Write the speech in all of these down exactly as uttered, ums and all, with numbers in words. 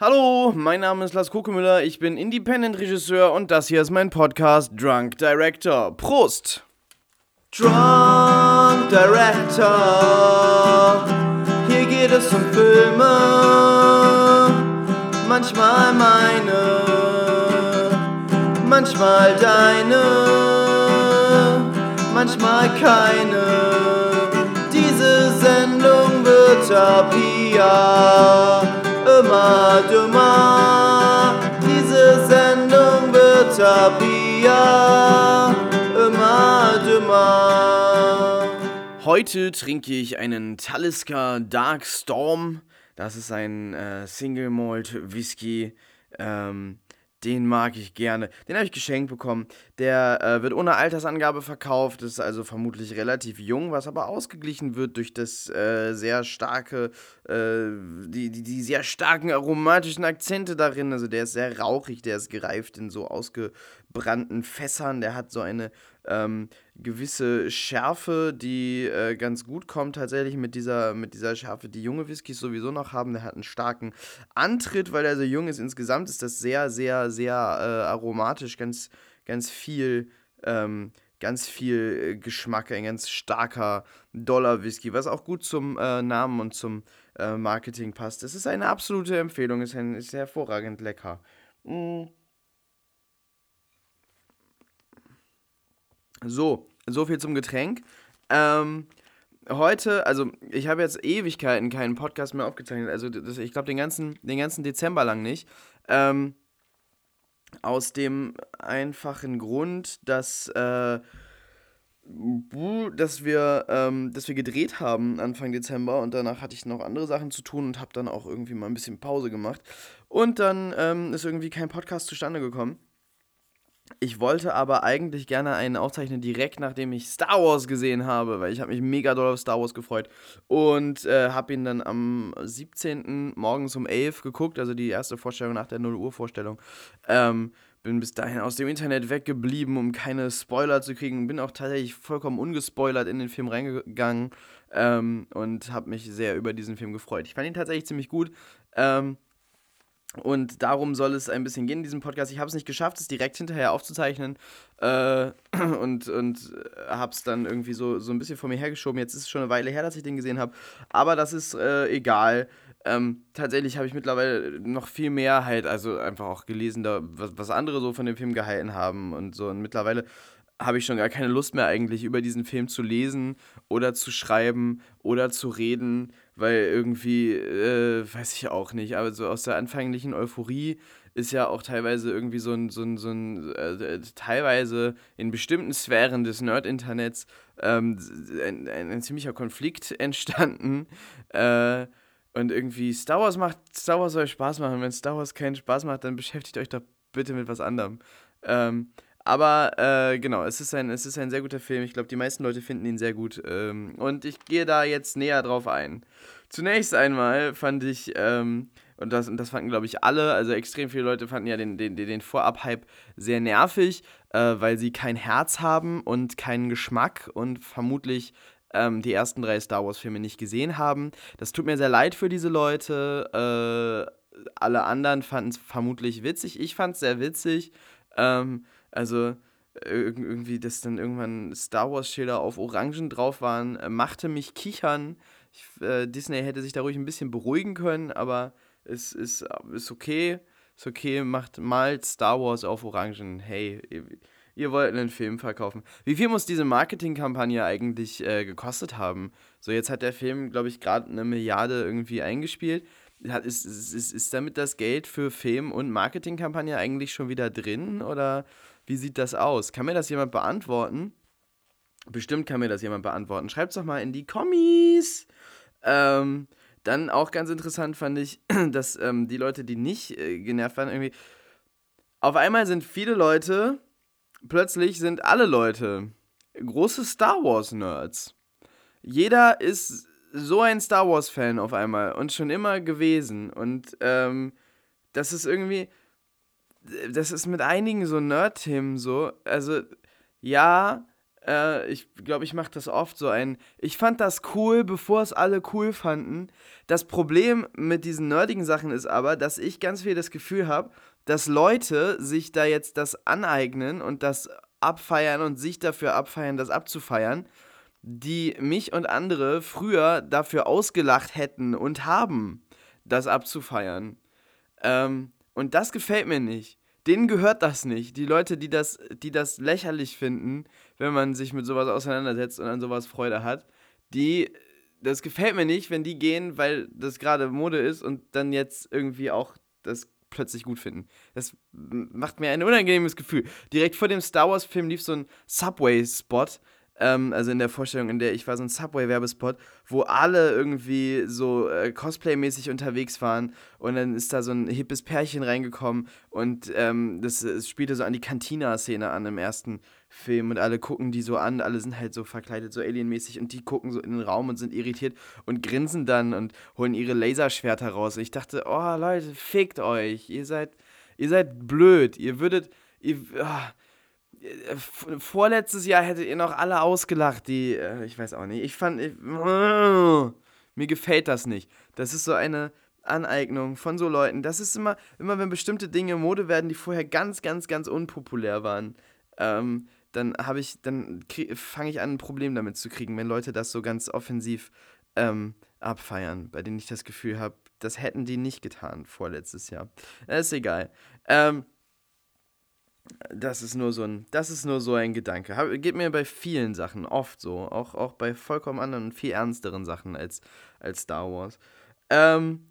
Hallo, mein Name ist Lars Kokemüller, ich bin Independent-Regisseur und das hier ist mein Podcast Drunk Director. Prost! Drunk Director, hier geht es um Filme, manchmal meine, manchmal deine, manchmal keine. Diese Sendung wird ab hier immer dümmer. Diese Sendung wird ab hier immer dümmer. Heute trinke ich einen Talisker Dark Storm. Das ist ein äh, Single Malt Whisky. Ähm, den mag ich gerne. Den habe ich geschenkt bekommen. Der äh, wird ohne Altersangabe verkauft, ist also vermutlich relativ jung, was aber ausgeglichen wird durch das äh, sehr starke, äh, die, die, die sehr starken aromatischen Akzente darin. Also der ist sehr rauchig, der ist gereift in so ausgebrannten Fässern. Der hat so eine ähm, gewisse Schärfe, die äh, ganz gut kommt tatsächlich mit dieser, mit dieser Schärfe, die junge Whiskys sowieso noch haben. Der hat einen starken Antritt, weil er so jung ist. Insgesamt ist das sehr, sehr, sehr äh, aromatisch, ganz, ganz viel, ähm, ganz viel Geschmack, ein ganz starker Dollar-Whisky, was auch gut zum äh, Namen und zum äh, Marketing passt. Es ist eine absolute Empfehlung, ist, ein, ist hervorragend lecker. Mm. So, so viel zum Getränk. Ähm, heute, also ich habe jetzt Ewigkeiten keinen Podcast mehr aufgezeichnet, also das, ich glaube den ganzen, den ganzen Dezember lang nicht. Ähm, aus dem einfachen Grund, dass, äh, dass wir, ähm, dass wir gedreht haben Anfang Dezember und danach hatte ich noch andere Sachen zu tun und habe dann auch irgendwie mal ein bisschen Pause gemacht. Und dann ähm, ist irgendwie kein Podcast zustande gekommen. Ich wollte aber eigentlich gerne einen aufzeichnen, direkt nachdem ich Star Wars gesehen habe, weil ich habe mich mega doll auf Star Wars gefreut und äh, habe ihn dann am siebzehnten morgens um elf geguckt, also die erste Vorstellung nach der null Uhr Vorstellung. Ähm, bin bis dahin aus dem Internet weggeblieben, um keine Spoiler zu kriegen. Bin auch tatsächlich vollkommen ungespoilert in den Film reingegangen ähm, und habe mich sehr über diesen Film gefreut. Ich fand ihn tatsächlich ziemlich gut. Ähm, Und darum soll es ein bisschen gehen in diesem Podcast. Ich habe es nicht geschafft, es direkt hinterher aufzuzeichnen äh, und, und habe es dann irgendwie so, so ein bisschen vor mir hergeschoben. Jetzt ist es schon eine Weile her, dass ich den gesehen habe, aber das ist äh, egal. Ähm, tatsächlich habe ich mittlerweile noch viel mehr halt, also einfach auch gelesen, da, was, was andere so von dem Film gehalten haben und so. Und mittlerweile habe ich schon gar keine Lust mehr eigentlich über diesen Film zu lesen oder zu schreiben oder zu reden, weil irgendwie, äh, weiß ich auch nicht, aber so aus der anfänglichen Euphorie ist ja auch teilweise irgendwie so ein, so ein, so ein äh, teilweise in bestimmten Sphären des Nerd-Internets ähm, ein, ein, ein ziemlicher Konflikt entstanden. Äh, und irgendwie Star Wars macht, Star Wars soll Spaß machen. Wenn Star Wars keinen Spaß macht, dann beschäftigt euch doch bitte mit was anderem. Ähm, aber äh, genau, es ist, ein, es ist ein sehr guter Film. Ich glaube, die meisten Leute finden ihn sehr gut. Ähm, und ich gehe da jetzt näher drauf ein. Zunächst einmal fand ich, ähm, und das, und das fanden, glaube ich, alle, also extrem viele Leute fanden ja den, den, den Vorab-Hype sehr nervig, äh, weil sie kein Herz haben und keinen Geschmack und vermutlich ähm, die ersten drei Star Wars-Filme nicht gesehen haben. Das tut mir sehr leid für diese Leute. Äh, alle anderen fanden es vermutlich witzig. Ich fand es sehr witzig. Ähm, also äh, irgendwie, dass dann irgendwann Star Wars-Schilder auf Orangen drauf waren, äh, machte mich kichern. Ich, äh, Disney hätte sich da ruhig ein bisschen beruhigen können, aber es ist, ist okay. Ist okay, macht malt Star Wars auf Orangen. Hey, ihr, ihr wollt einen Film verkaufen. Wie viel muss diese Marketingkampagne eigentlich äh, gekostet haben? So, jetzt hat der Film, glaube ich, gerade eine Milliarde irgendwie eingespielt. Hat, ist, ist, ist damit das Geld für Film- und Marketingkampagne eigentlich schon wieder drin? Oder wie sieht das aus? Kann mir das jemand beantworten? Bestimmt kann mir das jemand beantworten. Schreibt's doch mal in die Kommis. Ähm, dann auch ganz interessant fand ich, dass ähm, die Leute, die nicht äh, genervt waren, irgendwie. Auf einmal sind viele Leute, plötzlich sind alle Leute große Star Wars-Nerds. Jeder ist so ein Star Wars-Fan auf einmal und schon immer gewesen. Und ähm, das ist irgendwie, das ist mit einigen so Nerd-Themen so. Also, ja, Äh, ich glaube, ich mache das oft so ein. Ich fand das cool, bevor es alle cool fanden. Das Problem mit diesen nerdigen Sachen ist aber, dass ich ganz viel das Gefühl habe, dass Leute sich da jetzt das aneignen und das abfeiern und sich dafür abfeiern, das abzufeiern, die mich und andere früher dafür ausgelacht hätten und haben, das abzufeiern. Ähm, und das gefällt mir nicht. Denen gehört das nicht. Die Leute, die das, die das lächerlich finden, wenn man sich mit sowas auseinandersetzt und an sowas Freude hat, die, das gefällt mir nicht, wenn die gehen, weil das gerade Mode ist und dann jetzt irgendwie auch das plötzlich gut finden. Das macht mir ein unangenehmes Gefühl. Direkt vor dem Star Wars-Film lief so ein Subway-Spot, ähm, also in der Vorstellung, in der ich war, so ein Subway-Werbespot, wo alle irgendwie so äh, Cosplay-mäßig unterwegs waren und dann ist da so ein hippes Pärchen reingekommen und ähm, das, das spielte so an die Cantina-Szene an im ersten Film und alle gucken die so an, alle sind halt so verkleidet, so alienmäßig und die gucken so in den Raum und sind irritiert und grinsen dann und holen ihre Laserschwerter raus. Und ich dachte, oh Leute, fickt euch, ihr seid, ihr seid blöd, ihr würdet, ihr, ah, vorletztes Jahr hättet ihr noch alle ausgelacht, die, äh, ich weiß auch nicht, ich fand, ich, äh, mir gefällt das nicht. Das ist so eine Aneignung von so Leuten. Das ist immer, immer wenn bestimmte Dinge Mode werden, die vorher ganz, ganz, ganz unpopulär waren, ähm, dann habe ich, dann fange ich an, ein Problem damit zu kriegen, wenn Leute das so ganz offensiv ähm, abfeiern, bei denen ich das Gefühl habe, das hätten die nicht getan vorletztes Jahr. Das ist egal. Ähm, das ist nur so ein, das ist nur so ein Gedanke. Hab, geht mir bei vielen Sachen oft so, auch, auch bei vollkommen anderen und viel ernsteren Sachen als, als Star Wars. Ähm,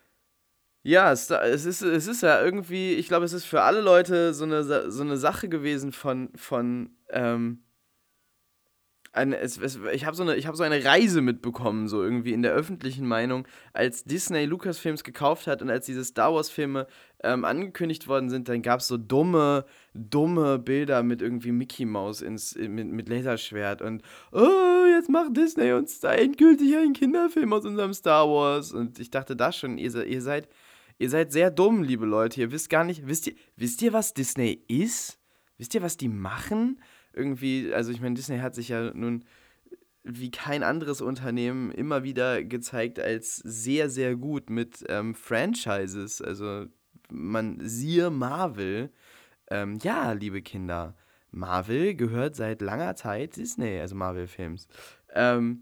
ja, es, es, ist, es ist ja irgendwie, ich glaube, es ist für alle Leute so eine, Sa- so eine Sache gewesen von, von ähm, eine, es, es, ich habe so eine, ich hab so eine Reise mitbekommen, so irgendwie in der öffentlichen Meinung, als Disney Lucasfilms gekauft hat und als diese Star Wars-Filme ähm, angekündigt worden sind, dann gab es so dumme, dumme Bilder mit irgendwie Mickey Mouse ins, mit, mit Laserschwert und oh, jetzt macht Disney uns da endgültig einen Kinderfilm aus unserem Star Wars. Und ich dachte da schon, ihr, se- ihr seid, ihr seid sehr dumm, liebe Leute. Ihr wisst gar nicht, wisst ihr, wisst ihr, was Disney ist? Wisst ihr, was die machen? Irgendwie, also ich meine, Disney hat sich ja nun wie kein anderes Unternehmen immer wieder gezeigt als sehr, sehr gut mit ähm, Franchises. Also man siehe Marvel. Ähm, ja, liebe Kinder, Marvel gehört seit langer Zeit Disney, also Marvel-Films. Ähm,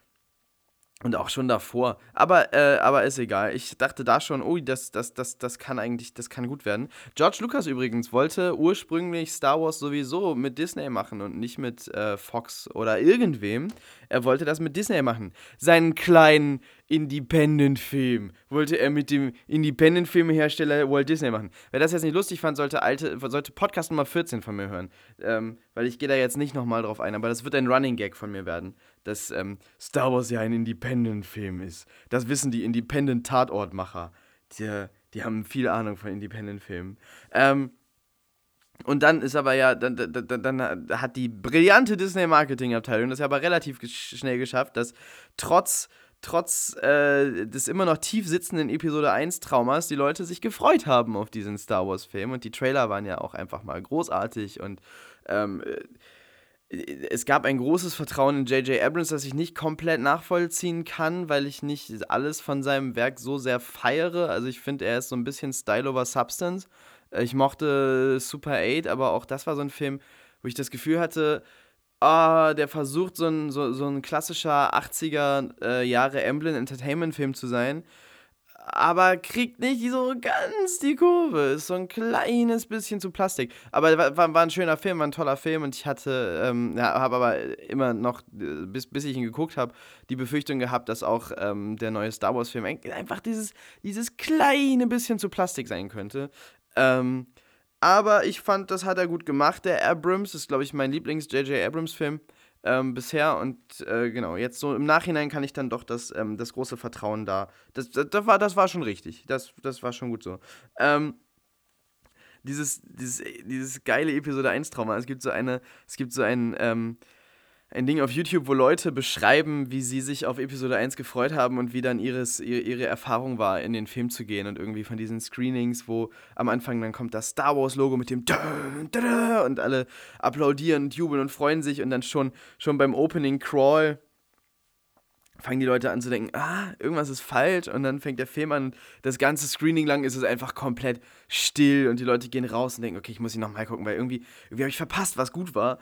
und auch schon davor. Aber, äh, aber ist egal. Ich dachte da schon, ui, das, das, das, das kann eigentlich, das kann gut werden. George Lucas übrigens wollte ursprünglich Star Wars sowieso mit Disney machen und nicht mit äh, Fox oder irgendwem. Er wollte das mit Disney machen. Seinen kleinen Independent-Film wollte er mit dem Independent-Filmhersteller Walt Disney machen. Wer das jetzt nicht lustig fand, sollte, alte, sollte Podcast Nummer vierzehn von mir hören. Ähm, weil ich gehe da jetzt nicht nochmal drauf ein, aber das wird ein Running Gag von mir werden, dass ähm, Star Wars ja ein Independent-Film ist. Das wissen die Independent-Tatortmacher. Die, die haben viel Ahnung von Independent-Filmen. Ähm, und dann ist aber ja, dann, dann, dann, dann hat die brillante Disney-Marketing-Abteilung das ja aber relativ gesch- schnell geschafft, dass trotz, trotz äh, des immer noch tief sitzenden Episode eins Traumas die Leute sich gefreut haben auf diesen Star Wars-Film. Und die Trailer waren ja auch einfach mal großartig und ähm, es gab ein großes Vertrauen in J J. Abrams, das ich nicht komplett nachvollziehen kann, weil ich nicht alles von seinem Werk so sehr feiere. Also ich finde, er ist so ein bisschen Style over Substance. Äh, Ich mochte Super acht, aber auch das war so ein Film, wo ich das Gefühl hatte, ah, der versucht so ein, so, so ein klassischer achtziger äh, Jahre Amblin Entertainment Film zu sein, aber kriegt nicht so ganz die Kurve. Ist so ein kleines bisschen zu Plastik. Aber war, war, war ein schöner Film, war ein toller Film und ich hatte, ähm, ja, habe aber immer noch, äh, bis, bis ich ihn geguckt habe, die Befürchtung gehabt, dass auch ähm, der neue Star Wars-Film einfach dieses, dieses kleine bisschen zu Plastik sein könnte. Ähm, aber ich fand, das hat er gut gemacht. Der Abrams ist, glaube ich, mein Lieblings-J J. Abrams-Film ähm, bisher. Und äh, genau, jetzt so im Nachhinein kann ich dann doch das, ähm, das große Vertrauen da. Das, das, das, war, das war schon richtig. Das, das war schon gut so. Ähm, dieses, dieses, dieses geile Episode eins Trauma. Es gibt so eine, es gibt so ein, ähm, ein Ding auf YouTube, wo Leute beschreiben, wie sie sich auf Episode eins gefreut haben und wie dann ihres, ihre, ihre Erfahrung war, in den Film zu gehen. Und irgendwie von diesen Screenings, wo am Anfang dann kommt das Star Wars-Logo mit dem Dun, Dun, Dun, und alle applaudieren und jubeln und freuen sich. Und dann schon, schon beim Opening Crawl fangen die Leute an zu denken, ah, irgendwas ist falsch. Und dann fängt der Film an, das ganze Screening lang ist es einfach komplett still. Und die Leute gehen raus und denken, okay, ich muss ihn nochmal gucken, weil irgendwie, irgendwie habe ich verpasst, was gut war.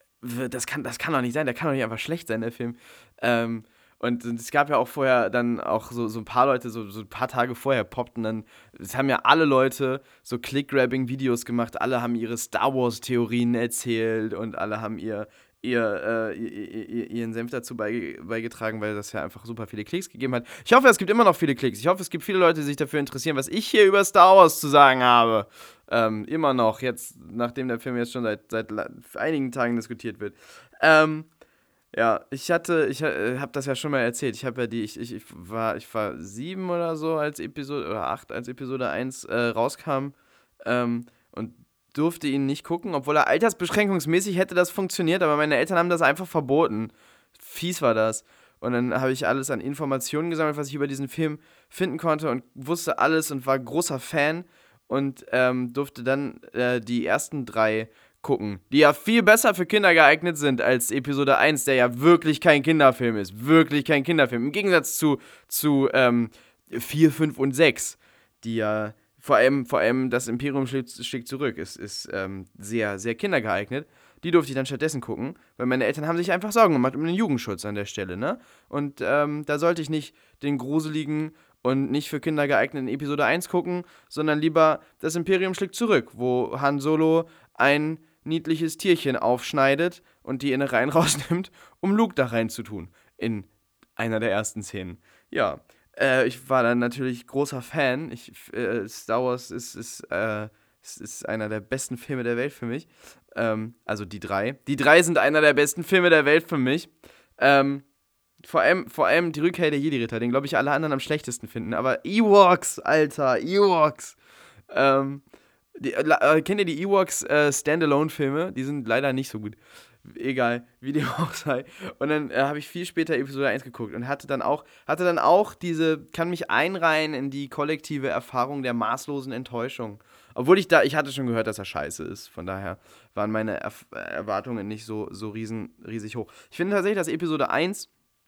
Das kann, das kann doch nicht sein, der kann doch nicht einfach schlecht sein, der Film. Ähm, und, und es gab ja auch vorher dann auch so, so ein paar Leute, so, so ein paar Tage vorher poppten dann, es haben ja alle Leute so Click-Grabbing-Videos gemacht, alle haben ihre Star Wars-Theorien erzählt und alle haben ihr, ihr, äh, ihr, ihr, ihren Senf dazu beige, beigetragen, weil das ja einfach super viele Klicks gegeben hat. Ich hoffe, es gibt immer noch viele Klicks. Ich hoffe, es gibt viele Leute, die sich dafür interessieren, was ich hier über Star Wars zu sagen habe. Ähm, immer noch, jetzt, nachdem der Film jetzt schon seit, seit einigen Tagen diskutiert wird. Ähm, ja, ich hatte, ich äh, habe das ja schon mal erzählt. Ich habe ja die, ich, ich, ich war, ich war sieben oder so, als Episode, oder acht, als Episode eins äh, rauskam. Ähm, und durfte ihn nicht gucken, obwohl er altersbeschränkungsmäßig hätte das funktioniert, aber meine Eltern haben das einfach verboten. Fies war das. Und dann habe ich alles an Informationen gesammelt, was ich über diesen Film finden konnte und wusste alles und war großer Fan und ähm, durfte dann äh, die ersten drei gucken, die ja viel besser für Kinder geeignet sind als Episode eins, der ja wirklich kein Kinderfilm ist. Wirklich kein Kinderfilm. Im Gegensatz zu, zu ähm, vier, fünf und sechs, die ja vor allem, vor allem das Imperium schlägt, schlägt zurück, ist, ist ähm, sehr, sehr kindergeeignet. Die durfte ich dann stattdessen gucken, weil meine Eltern haben sich einfach Sorgen gemacht um den Jugendschutz an der Stelle, ne? Und ähm, da sollte ich nicht den gruseligen und nicht für Kinder geeigneten Episode eins gucken, sondern lieber das Imperium schlägt zurück, wo Han Solo ein niedliches Tierchen aufschneidet und die Innereien rausnimmt, um Luke da rein zu tun. In einer der ersten Szenen. Ja, äh, ich war dann natürlich großer Fan. Ich, äh, Star Wars ist, ist, äh, ist, ist einer der besten Filme der Welt für mich. Ähm, also die drei. Die drei sind einer der besten Filme der Welt für mich. Ähm, vor allem, vor allem die Rückkehr der Jedi-Ritter, den glaube ich alle anderen am schlechtesten finden. Aber Ewoks, Alter, Ewoks. Ähm, die, äh, kennt ihr die Ewoks äh, Standalone-Filme? Die sind leider nicht so gut. Egal, wie dem auch sei. Und dann äh, habe ich viel später Episode eins geguckt und hatte dann auch, hatte dann auch diese, kann mich einreihen in die kollektive Erfahrung der maßlosen Enttäuschung. Obwohl ich da, ich hatte schon gehört, dass er scheiße ist. Von daher waren meine Erf- Erwartungen nicht so, so riesen, riesig hoch. Ich finde tatsächlich, dass Episode eins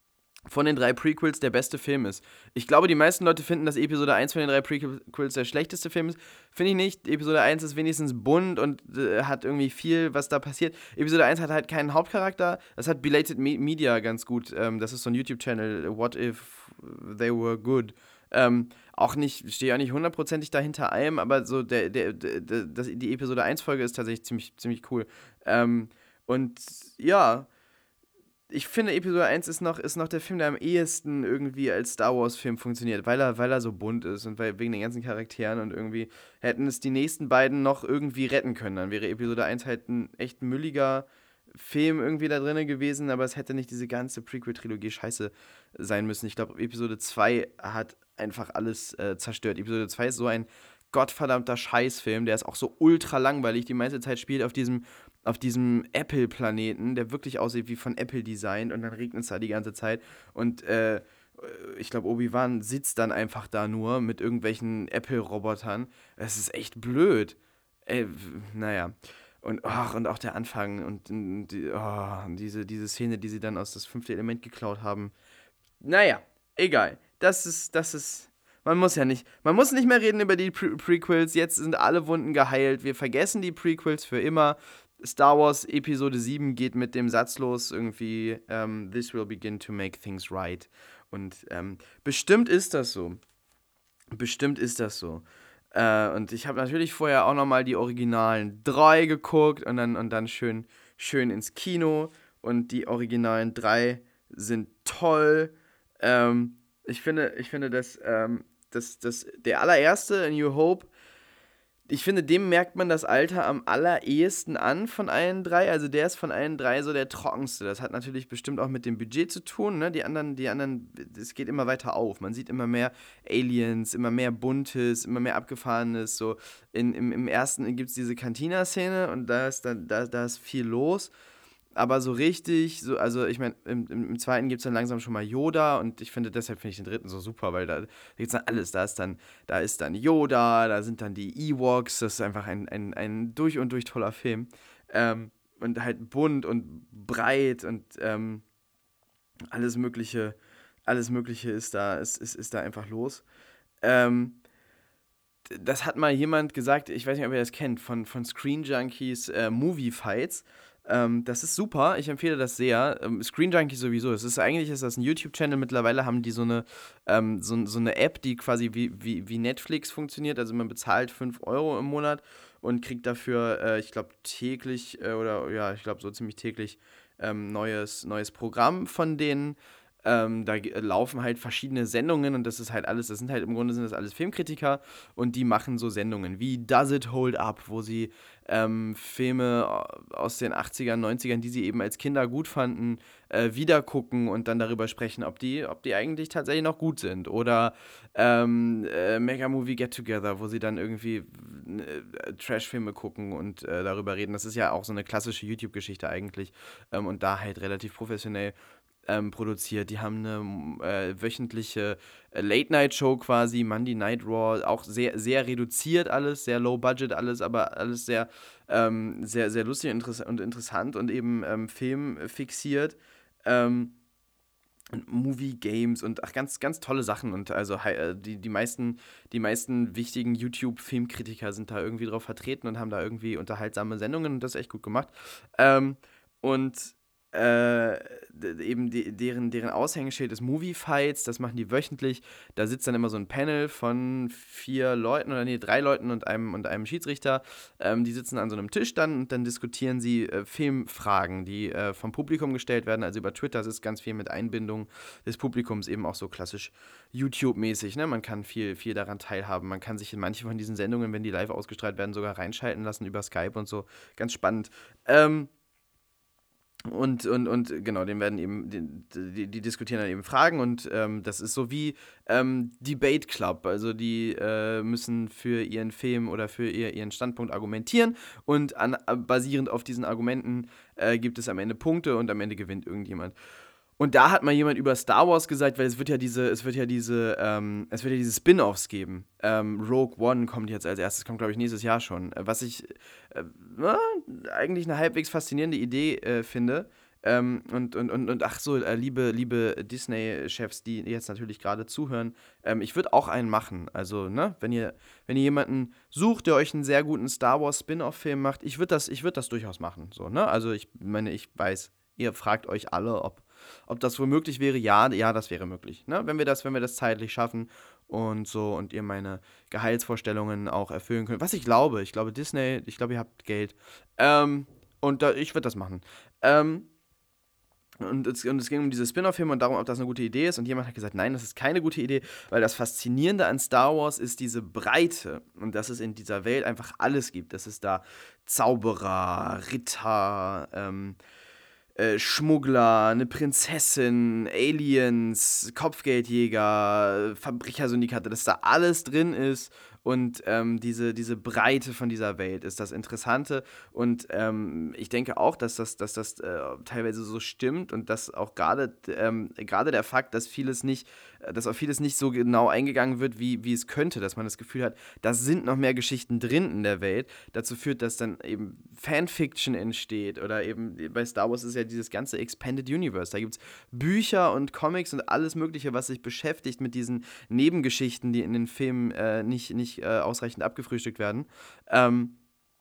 von den drei Prequels der beste Film ist. Ich glaube, die meisten Leute finden, dass Episode eins von den drei Prequels der schlechteste Film ist. Finde ich nicht. Episode eins ist wenigstens bunt und äh, hat irgendwie viel, was da passiert. Episode eins hat halt keinen Hauptcharakter. Das hat Belated Me- Media ganz gut. Ähm, das ist so ein YouTube-Channel. What if they were good? Ähm, auch nicht, stehe auch nicht hundertprozentig dahinter allem, aber so der, der, der, der, das, die Episode eins-Folge ist tatsächlich ziemlich, ziemlich cool. Ähm, und ja, ich finde, Episode eins ist noch, ist noch der Film, der am ehesten irgendwie als Star Wars-Film funktioniert, weil er, weil er so bunt ist und weil, wegen den ganzen Charakteren und irgendwie hätten es die nächsten beiden noch irgendwie retten können. Dann wäre Episode eins halt ein echt mülliger Film irgendwie da drin gewesen, aber es hätte nicht diese ganze Prequel-Trilogie scheiße sein müssen. Ich glaube, Episode zwei hat einfach alles äh, zerstört. Episode zwei ist so ein gottverdammter Scheißfilm, der ist auch so ultra langweilig, die meiste Zeit spielt auf diesem auf diesem Apple-Planeten, der wirklich aussieht wie von Apple designt und dann regnet es da die ganze Zeit und äh, ich glaube, Obi-Wan sitzt dann einfach da nur mit irgendwelchen Apple-Robotern. Es ist echt blöd. Ey, naja. Und, ach, und auch der Anfang und, und die, oh, diese, diese Szene, die sie dann aus das fünfte Element geklaut haben. Naja, egal. Das ist, das ist. Man muss ja nicht. Man muss nicht mehr reden über die Pre- Prequels. Jetzt sind alle Wunden geheilt. Wir vergessen die Prequels für immer. Star Wars Episode sieben geht mit dem Satz los, irgendwie, ähm, This will begin to make things right. Und ähm, bestimmt ist das so. Bestimmt ist das so. Äh, und ich habe natürlich vorher auch nochmal die originalen drei geguckt und dann, und dann schön, schön ins Kino. Und die originalen drei sind toll. Ähm, ich finde, ich finde, dass, ähm, dass, dass der allererste, A New Hope, ich finde, dem merkt man das Alter am allerersten an von allen drei. Also der ist von allen drei so der trockenste. Das hat natürlich bestimmt auch mit dem Budget zu tun, ne? Die anderen, die anderen, es geht immer weiter auf. Man sieht immer mehr Aliens, immer mehr Buntes, immer mehr Abgefahrenes. So in, im, im ersten gibt es diese Cantina-Szene und da ist, da, da, da ist viel los. aber so richtig, so, also ich meine, im, im, im zweiten gibt es dann langsam schon mal Yoda und ich finde, deshalb finde ich den dritten so super, weil da, da gibt es dann alles. Da ist dann, da ist dann Yoda, da sind dann die Ewoks, das ist einfach ein, ein, ein durch und durch toller Film. Ähm, und halt bunt und breit und ähm, alles Mögliche, alles Mögliche ist da, ist, ist, ist da einfach los. Ähm, Das hat mal jemand gesagt, ich weiß nicht, ob ihr das kennt, von, von Screen Junkies äh, Movie Fights. Ähm, das ist super, ich empfehle das sehr. Ähm, Screen Junkies sowieso. Es ist eigentlich ist das ein YouTube-Channel. Mittlerweile haben die so eine, ähm, so, so eine App, die quasi wie, wie, wie Netflix funktioniert. Also man bezahlt fünf Euro im Monat und kriegt dafür, äh, ich glaube, täglich äh, oder ja, ich glaube so ziemlich täglich ähm, neues, neues Programm von denen. Ähm, da ge- laufen halt verschiedene Sendungen und das ist halt alles, das sind halt im Grunde sind das alles Filmkritiker und die machen so Sendungen wie Does It Hold Up, wo sie ähm, Filme aus den achtzigern, neunzigern, die sie eben als Kinder gut fanden, äh, wieder gucken und dann darüber sprechen, ob die, ob die eigentlich tatsächlich noch gut sind. Oder ähm, äh, Mega Movie Get Together, wo sie dann irgendwie äh, Trash-Filme gucken und äh, darüber reden. Das ist ja auch so eine klassische YouTube-Geschichte eigentlich ähm, und da halt relativ professionell ähm, produziert. Die haben eine äh, wöchentliche äh, Late-Night-Show quasi, Monday Night Raw, auch sehr, sehr reduziert alles, sehr low-budget alles, aber alles sehr, ähm, sehr, sehr lustig und, interess und interessant und eben ähm, filmfixiert. Ähm, und Movie Games und ach, ganz, ganz tolle Sachen. Und also äh, die, die, meisten, die meisten wichtigen YouTube-Filmkritiker sind da irgendwie drauf vertreten und haben da irgendwie unterhaltsame Sendungen und das ist echt gut gemacht. Ähm, und äh, d- eben die, deren, deren Aushängeschild ist Movie Fights, das machen die wöchentlich. Da sitzt dann immer so ein Panel von vier Leuten oder nee, drei Leuten und einem, und einem Schiedsrichter. Ähm, die sitzen an so einem Tisch dann und dann diskutieren sie äh, Filmfragen, die äh, vom Publikum gestellt werden. Also über Twitter, das ist ganz viel mit Einbindung des Publikums, eben auch so klassisch YouTube-mäßig. Ne? Man kann viel, viel daran teilhaben. Man kann sich in manche von diesen Sendungen, wenn die live ausgestrahlt werden, sogar reinschalten lassen über Skype und so. Ganz spannend. Ähm, und, und, und genau, den werden eben, die, die, die diskutieren dann eben Fragen und ähm, das ist so wie ähm, Debate Club. Also die äh, müssen für ihren Film oder für ihr, ihren Standpunkt argumentieren und an, basierend auf diesen Argumenten äh, gibt es am Ende Punkte und am Ende gewinnt irgendjemand. Und da hat mal jemand über Star Wars gesagt, weil es wird ja diese, es wird ja diese, ähm, es wird ja diese Spin-offs geben. Ähm, Rogue One kommt jetzt als erstes, kommt glaube ich nächstes Jahr schon. Äh, Was ich äh, na, eigentlich eine halbwegs faszinierende Idee äh, finde. Ähm, und, und, und, und ach so, äh, liebe, liebe Disney-Chefs, die jetzt natürlich gerade zuhören, ähm, ich würde auch einen machen. Also, ne, wenn ihr, wenn ihr jemanden sucht, der euch einen sehr guten Star Wars Spin-off-Film macht, ich würde das, ich würd das durchaus machen. So, ne? Also ich meine, ich weiß, ihr fragt euch alle, ob ob das wohl möglich wäre? Ja, ja, das wäre möglich. Ne? Wenn wir das, wenn wir das zeitlich schaffen und so und ihr meine Gehaltsvorstellungen auch erfüllen könnt. Was ich glaube, ich glaube Disney, ich glaube, ihr habt Geld. Ähm, und da, ich würde das machen. Ähm, und es, und es ging um diese Spin-off-Filme und darum, ob das eine gute Idee ist. Und jemand hat gesagt, nein, das ist keine gute Idee, weil das Faszinierende an Star Wars ist diese Breite und dass es in dieser Welt einfach alles gibt. Dass es da Zauberer, Ritter, ähm, äh, Schmuggler, eine Prinzessin, Aliens, Kopfgeldjäger, Verbrechersyndikate, dass da alles drin ist und ähm, diese, diese Breite von dieser Welt ist das Interessante und ähm, ich denke auch, dass das, dass das äh, teilweise so stimmt und dass auch gerade ähm, gerade der Fakt, dass vieles nicht, äh, dass auf vieles nicht so genau eingegangen wird, wie, wie es könnte, dass man das Gefühl hat, da sind noch mehr Geschichten drin in der Welt, dazu führt, dass dann eben Fanfiction entsteht oder eben bei Star Wars ist ja dieses ganze Expanded Universe. Da gibt es Bücher und Comics und alles Mögliche, was sich beschäftigt mit diesen Nebengeschichten, die in den Filmen äh, nicht, nicht äh, ausreichend abgefrühstückt werden. Ähm,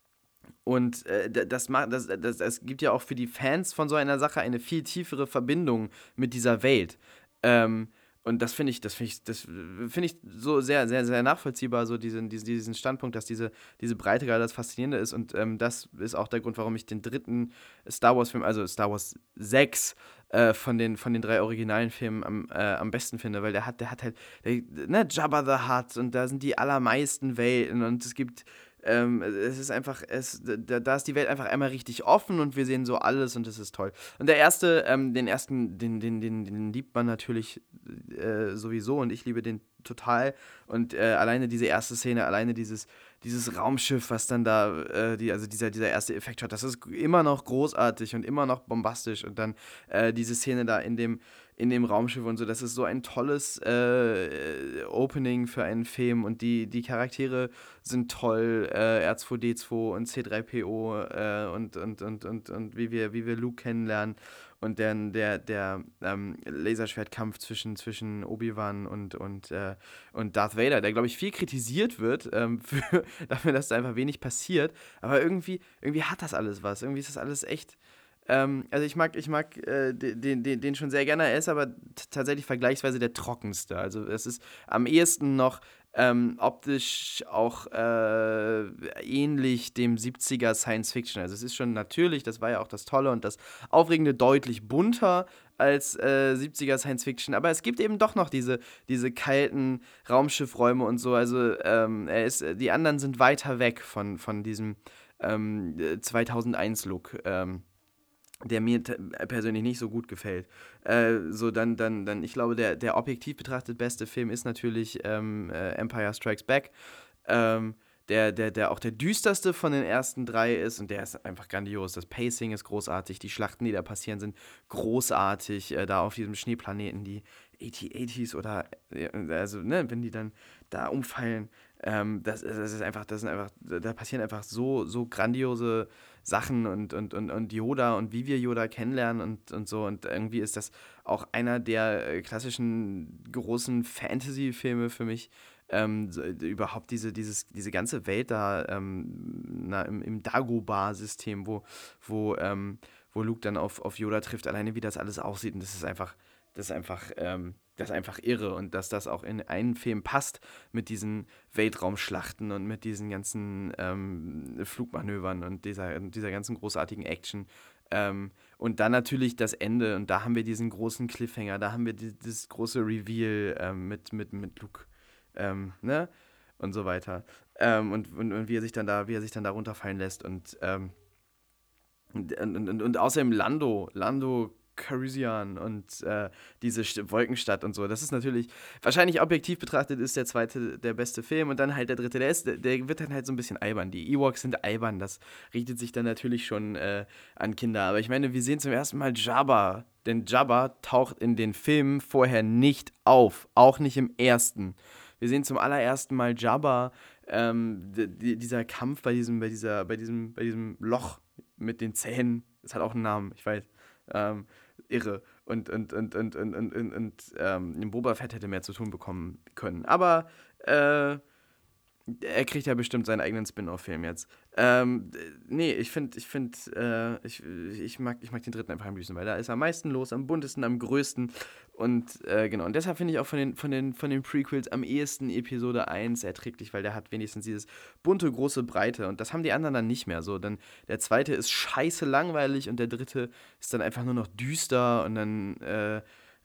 und äh, das, macht, das, das, das gibt ja auch für die Fans von so einer Sache eine viel tiefere Verbindung mit dieser Welt. Ähm, und das finde ich, das finde ich, das finde ich so sehr, sehr, sehr nachvollziehbar, so diesen, diesen, diesen Standpunkt, dass diese, diese Breite gerade das Faszinierende ist. Und ähm, das ist auch der Grund, warum ich den dritten Star Wars-Film, also Star Wars sechs, äh, von, den, von den drei originalen Filmen am, äh, am besten finde, weil der hat, der hat halt, der, ne, Jabba the Hutt und da sind die allermeisten Welten und es gibt ähm, es ist einfach, es, da, da ist die Welt einfach einmal richtig offen und wir sehen so alles und das ist toll. Und der erste, ähm, den ersten, den, den, den, den liebt man natürlich äh, sowieso und ich liebe den total. Und äh, alleine diese erste Szene, alleine dieses, dieses Raumschiff, was dann da, äh, die, also dieser, dieser erste Effektshot, das ist immer noch großartig und immer noch bombastisch. Und dann äh, diese Szene da in dem, in dem Raumschiff und so, das ist so ein tolles äh, Opening für einen Film. Und die, die Charaktere sind toll, äh, R zwei D zwei und C drei P O äh, und, und, und, und, und wie wir, wie wir Luke kennenlernen. Und dann der, der ähm, Laserschwertkampf zwischen, zwischen Obi-Wan und, und, äh, und Darth Vader, der, glaube ich, viel kritisiert wird, ähm, für, dafür, dass da einfach wenig passiert. Aber irgendwie, irgendwie hat das alles was. Irgendwie ist das alles echt. Ähm, also ich mag, ich mag äh, den, den, den schon sehr gerne. Er ist aber t- tatsächlich vergleichsweise der trockenste. Also es ist am ehesten noch ähm, optisch auch äh, ähnlich dem siebziger Science Fiction. Also es ist schon natürlich, das war ja auch das Tolle und das Aufregende, deutlich bunter als äh, siebziger Science Fiction. Aber es gibt eben doch noch diese, diese kalten Raumschiffräume und so. Also ähm, er ist, die anderen sind weiter weg von, von diesem ähm, zweitausendeins-Look. Ähm, der mir t- persönlich nicht so gut gefällt. Äh, so dann, dann, dann, ich glaube, der, der objektiv betrachtet beste Film ist natürlich ähm, äh, Empire Strikes Back. Ähm, der, der, der auch der düsterste von den ersten drei ist und der ist einfach grandios. Das Pacing ist großartig, die Schlachten, die da passieren, sind großartig. Äh, da auf diesem Schneeplaneten, die achtziger oder, äh, also, ne, wenn die dann da umfallen, ähm, das, das ist einfach, das sind einfach, da passieren einfach so, so grandiose Sachen und, und, und, und Yoda und wie wir Yoda kennenlernen und, und so. Und irgendwie ist das auch einer der äh, klassischen großen Fantasy-Filme für mich. Ähm, so, überhaupt diese, dieses, diese ganze Welt da ähm, na, im, im Dagobah-System, wo, wo, ähm, wo Luke dann auf, auf Yoda trifft, alleine wie das alles aussieht. Und das ist einfach, das ist einfach, ähm, das ist einfach irre. Und dass das auch in einen Film passt mit diesen Weltraumschlachten und mit diesen ganzen ähm, Flugmanövern und dieser, dieser ganzen großartigen Action. Ähm, und dann natürlich das Ende. Und da haben wir diesen großen Cliffhanger, da haben wir die, dieses große Reveal ähm, mit, mit, mit Luke. Ähm, ne? Und so weiter. Ähm, und, und, und wie er sich dann da, wie er sich dann da runterfallen lässt. Und, ähm, und, und, und, und außerdem Lando, Lando Calrissian und äh, diese St- Wolkenstadt und so. Das ist natürlich, wahrscheinlich objektiv betrachtet, ist der zweite der beste Film und dann halt der dritte, der ist, der, der wird dann halt so ein bisschen albern. Die Ewoks sind albern, das richtet sich dann natürlich schon äh, an Kinder. Aber ich meine, wir sehen zum ersten Mal Jabba, denn Jabba taucht in den Filmen vorher nicht auf, auch nicht im ersten. Wir sehen zum allerersten Mal Jabba, ähm, d- d- dieser Kampf bei diesem, bei dieser, bei diesem, bei diesem Loch mit den Zähnen, das hat auch einen Namen, ich weiß. Ähm, irre. Und, und, und, und, und, und, und, und ähm, Boba Fett hätte mehr zu tun bekommen können. Aber äh, er kriegt ja bestimmt seinen eigenen Spin-off-Film jetzt. Ähm, nee, ich finde, ich finde, äh, ich, ich, mag, ich mag den dritten einfach am liebsten, weil da ist am meisten los, am buntesten, am größten. Und äh, genau, und deshalb finde ich auch von den, von, den, von den Prequels am ehesten Episode eins erträglich, weil der hat wenigstens dieses bunte, große Breite. Und das haben die anderen dann nicht mehr so. Dann der zweite ist scheiße langweilig und der dritte ist dann einfach nur noch düster und dann, äh,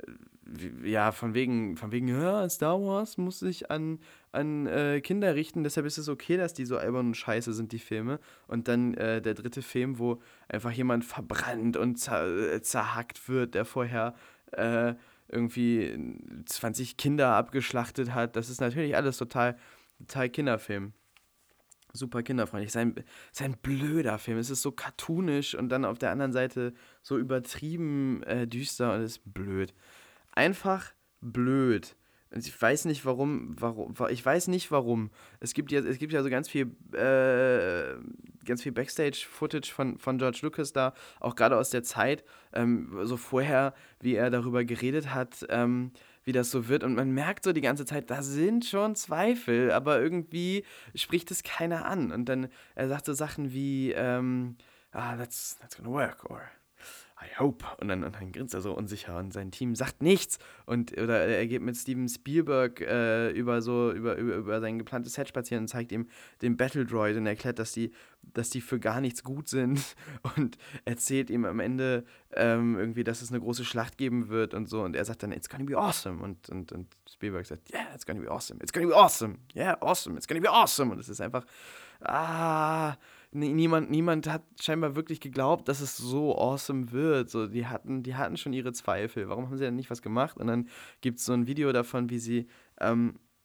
ja, von wegen, von wegen, ja, Star Wars muss sich an an äh, Kinder richten, deshalb ist es okay, dass die so albern und scheiße sind, die Filme. Und dann äh, der dritte Film, wo einfach jemand verbrannt und zer äh, zerhackt wird, der vorher äh, irgendwie zwanzig Kinder abgeschlachtet hat. Das ist natürlich alles total, total Kinderfilm. Super kinderfreundlich. Sein, sein blöder Film. Es ist so cartoonisch und dann auf der anderen Seite so übertrieben äh, düster und es ist blöd. Einfach blöd. Und ich weiß nicht warum, warum, ich weiß nicht warum. Es gibt ja, es gibt ja so ganz viel, äh, ganz viel Backstage-Footage von, von George Lucas da, auch gerade aus der Zeit, ähm, so vorher, wie er darüber geredet hat, ähm, wie das so wird. Und man merkt so die ganze Zeit, da sind schon Zweifel, aber irgendwie spricht es keiner an. Und dann, er sagt so Sachen wie, ähm, ah, that's, that's gonna work, or I hope. Und dann, und dann grinst er so unsicher und sein Team sagt nichts. Und, oder er geht mit Steven Spielberg äh, über so, über, über, über sein geplantes Set spazieren und zeigt ihm den Battle Droid und erklärt, dass die, dass die für gar nichts gut sind und erzählt ihm am Ende ähm, irgendwie, dass es eine große Schlacht geben wird und so. Und er sagt dann, it's gonna be awesome. Und, und, und Spielberg sagt, yeah, it's gonna be awesome. It's gonna be awesome. Yeah, awesome. It's gonna be awesome. Und es ist einfach, ah, niemand, niemand hat scheinbar wirklich geglaubt, dass es so awesome wird. So, die hatten, die hatten schon ihre Zweifel. Warum haben sie denn nicht was gemacht? Und dann gibt es so ein Video davon, wie sie ähm,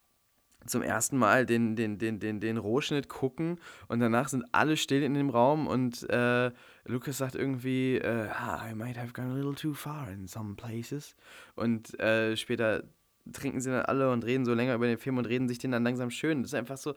zum ersten Mal den, den, den, den, den Rohschnitt gucken und danach sind alle still in dem Raum und äh, Lucas sagt irgendwie, äh, ah, I might have gone a little too far in some places. Und äh, später trinken sie dann alle und reden so länger über den Film und reden sich den dann langsam schön. Das ist einfach so,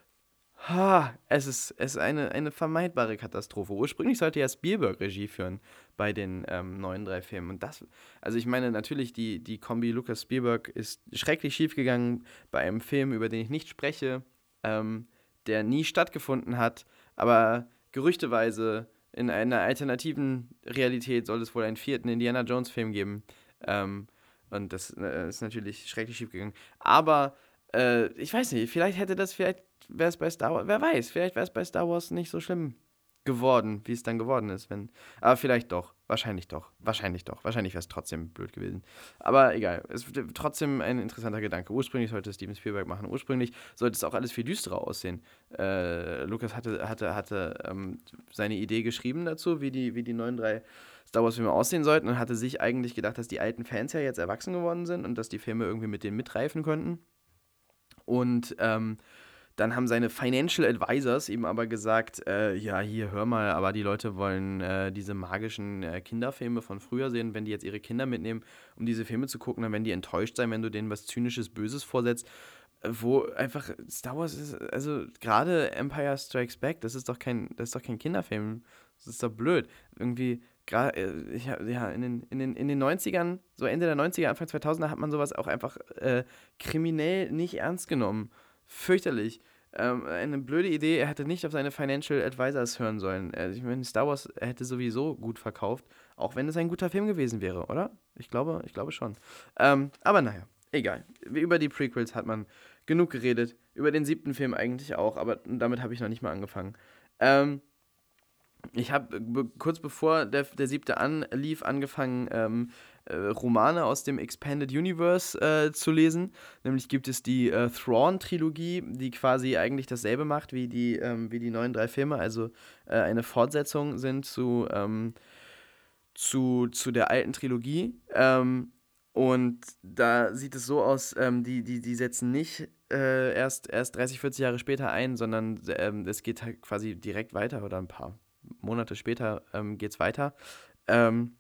ha, es ist, es ist eine, eine vermeidbare Katastrophe. Ursprünglich sollte ja Spielberg Regie führen bei den ähm, neuen drei Filmen. Und das, also ich meine, natürlich, die, die Kombi Lucas-Spielberg ist schrecklich schiefgegangen bei einem Film, über den ich nicht spreche, ähm, der nie stattgefunden hat. Aber gerüchteweise in einer alternativen Realität soll es wohl einen vierten Indiana Jones-Film geben. Ähm, und das äh, ist natürlich schrecklich schiefgegangen. Aber äh, ich weiß nicht, vielleicht hätte das, vielleicht wäre es bei Star Wars, wer weiß, vielleicht wäre es bei Star Wars nicht so schlimm geworden, wie es dann geworden ist, wenn, aber vielleicht doch, wahrscheinlich doch, wahrscheinlich doch, wahrscheinlich wäre es trotzdem blöd gewesen, aber egal, es ist trotzdem ein interessanter Gedanke. Ursprünglich sollte Steven Spielberg machen, ursprünglich sollte es auch alles viel düsterer aussehen. Äh, Lucas hatte, hatte, hatte ähm, seine Idee geschrieben dazu, wie die, wie die neuen drei Star Wars Filme aussehen sollten und hatte sich eigentlich gedacht, dass die alten Fans ja jetzt erwachsen geworden sind und dass die Filme irgendwie mit denen mitreifen könnten. Und ähm, dann haben seine Financial Advisors ihm aber gesagt, äh, ja, hier, hör mal, aber die Leute wollen äh, diese magischen äh, Kinderfilme von früher sehen. Wenn die jetzt ihre Kinder mitnehmen, um diese Filme zu gucken, dann werden die enttäuscht sein, wenn du denen was Zynisches, Böses vorsetzt. Äh, Wo einfach Star Wars ist, also gerade Empire Strikes Back, das ist doch kein, das ist doch kein Kinderfilm. Das ist doch blöd. Irgendwie, gerade, äh, ich, hab- ja, in den, in, den, in den neunzigern, so Ende der neunziger, Anfang zweitausender hat man sowas auch einfach äh, kriminell nicht ernst genommen. Fürchterlich. Ähm, eine blöde Idee, er hätte nicht auf seine Financial Advisors hören sollen. Also ich meine, Star Wars hätte sowieso gut verkauft, auch wenn es ein guter Film gewesen wäre, oder? Ich glaube, ich glaube schon. Ähm, aber naja, egal. Über die Prequels hat man genug geredet. Über den siebten Film eigentlich auch, aber damit habe ich noch nicht mal angefangen. Ähm, ich habe be kurz bevor der, der siebte anlief, angefangen, ähm, äh, Romane aus dem Expanded Universe äh, zu lesen. Nämlich gibt es die äh, Thrawn-Trilogie, die quasi eigentlich dasselbe macht wie die, ähm, wie die neuen drei Filme, also äh, eine Fortsetzung sind zu, ähm, zu, zu der alten Trilogie. Ähm, und da sieht es so aus, ähm, die, die, die setzen nicht äh, erst, erst dreißig, vierzig Jahre später ein, sondern ähm, es geht halt quasi direkt weiter oder ein paar Monate später ähm, geht es weiter. Ähm,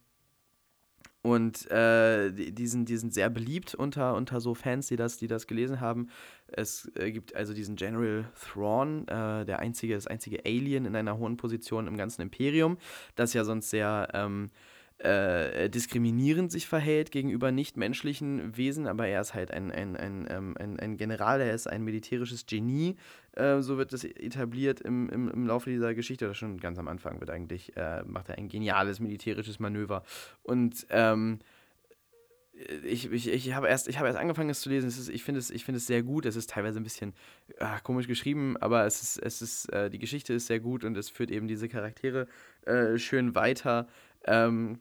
und äh, die, die, sind, die sind sehr beliebt unter, unter so Fans, die das, die das gelesen haben. Es äh, gibt also diesen General Thrawn, äh, der einzige, das einzige Alien in einer hohen Position im ganzen Imperium, das ja sonst sehr ähm, äh, diskriminierend sich verhält gegenüber nichtmenschlichen Wesen, aber er ist halt ein, ein, ein, ähm, ein, ein General, er ist ein militärisches Genie, äh, so wird das etabliert im, im, im Laufe dieser Geschichte, oder schon ganz am Anfang wird eigentlich, äh, macht er ein geniales militärisches Manöver und ähm, ich, ich, ich habe erst, ich hab erst angefangen, es zu lesen. Es ist, ich finde es, ich find es sehr gut. Es ist teilweise ein bisschen ah, komisch geschrieben, aber es ist, es ist, äh, die Geschichte ist sehr gut und es führt eben diese Charaktere äh, schön weiter. Ähm,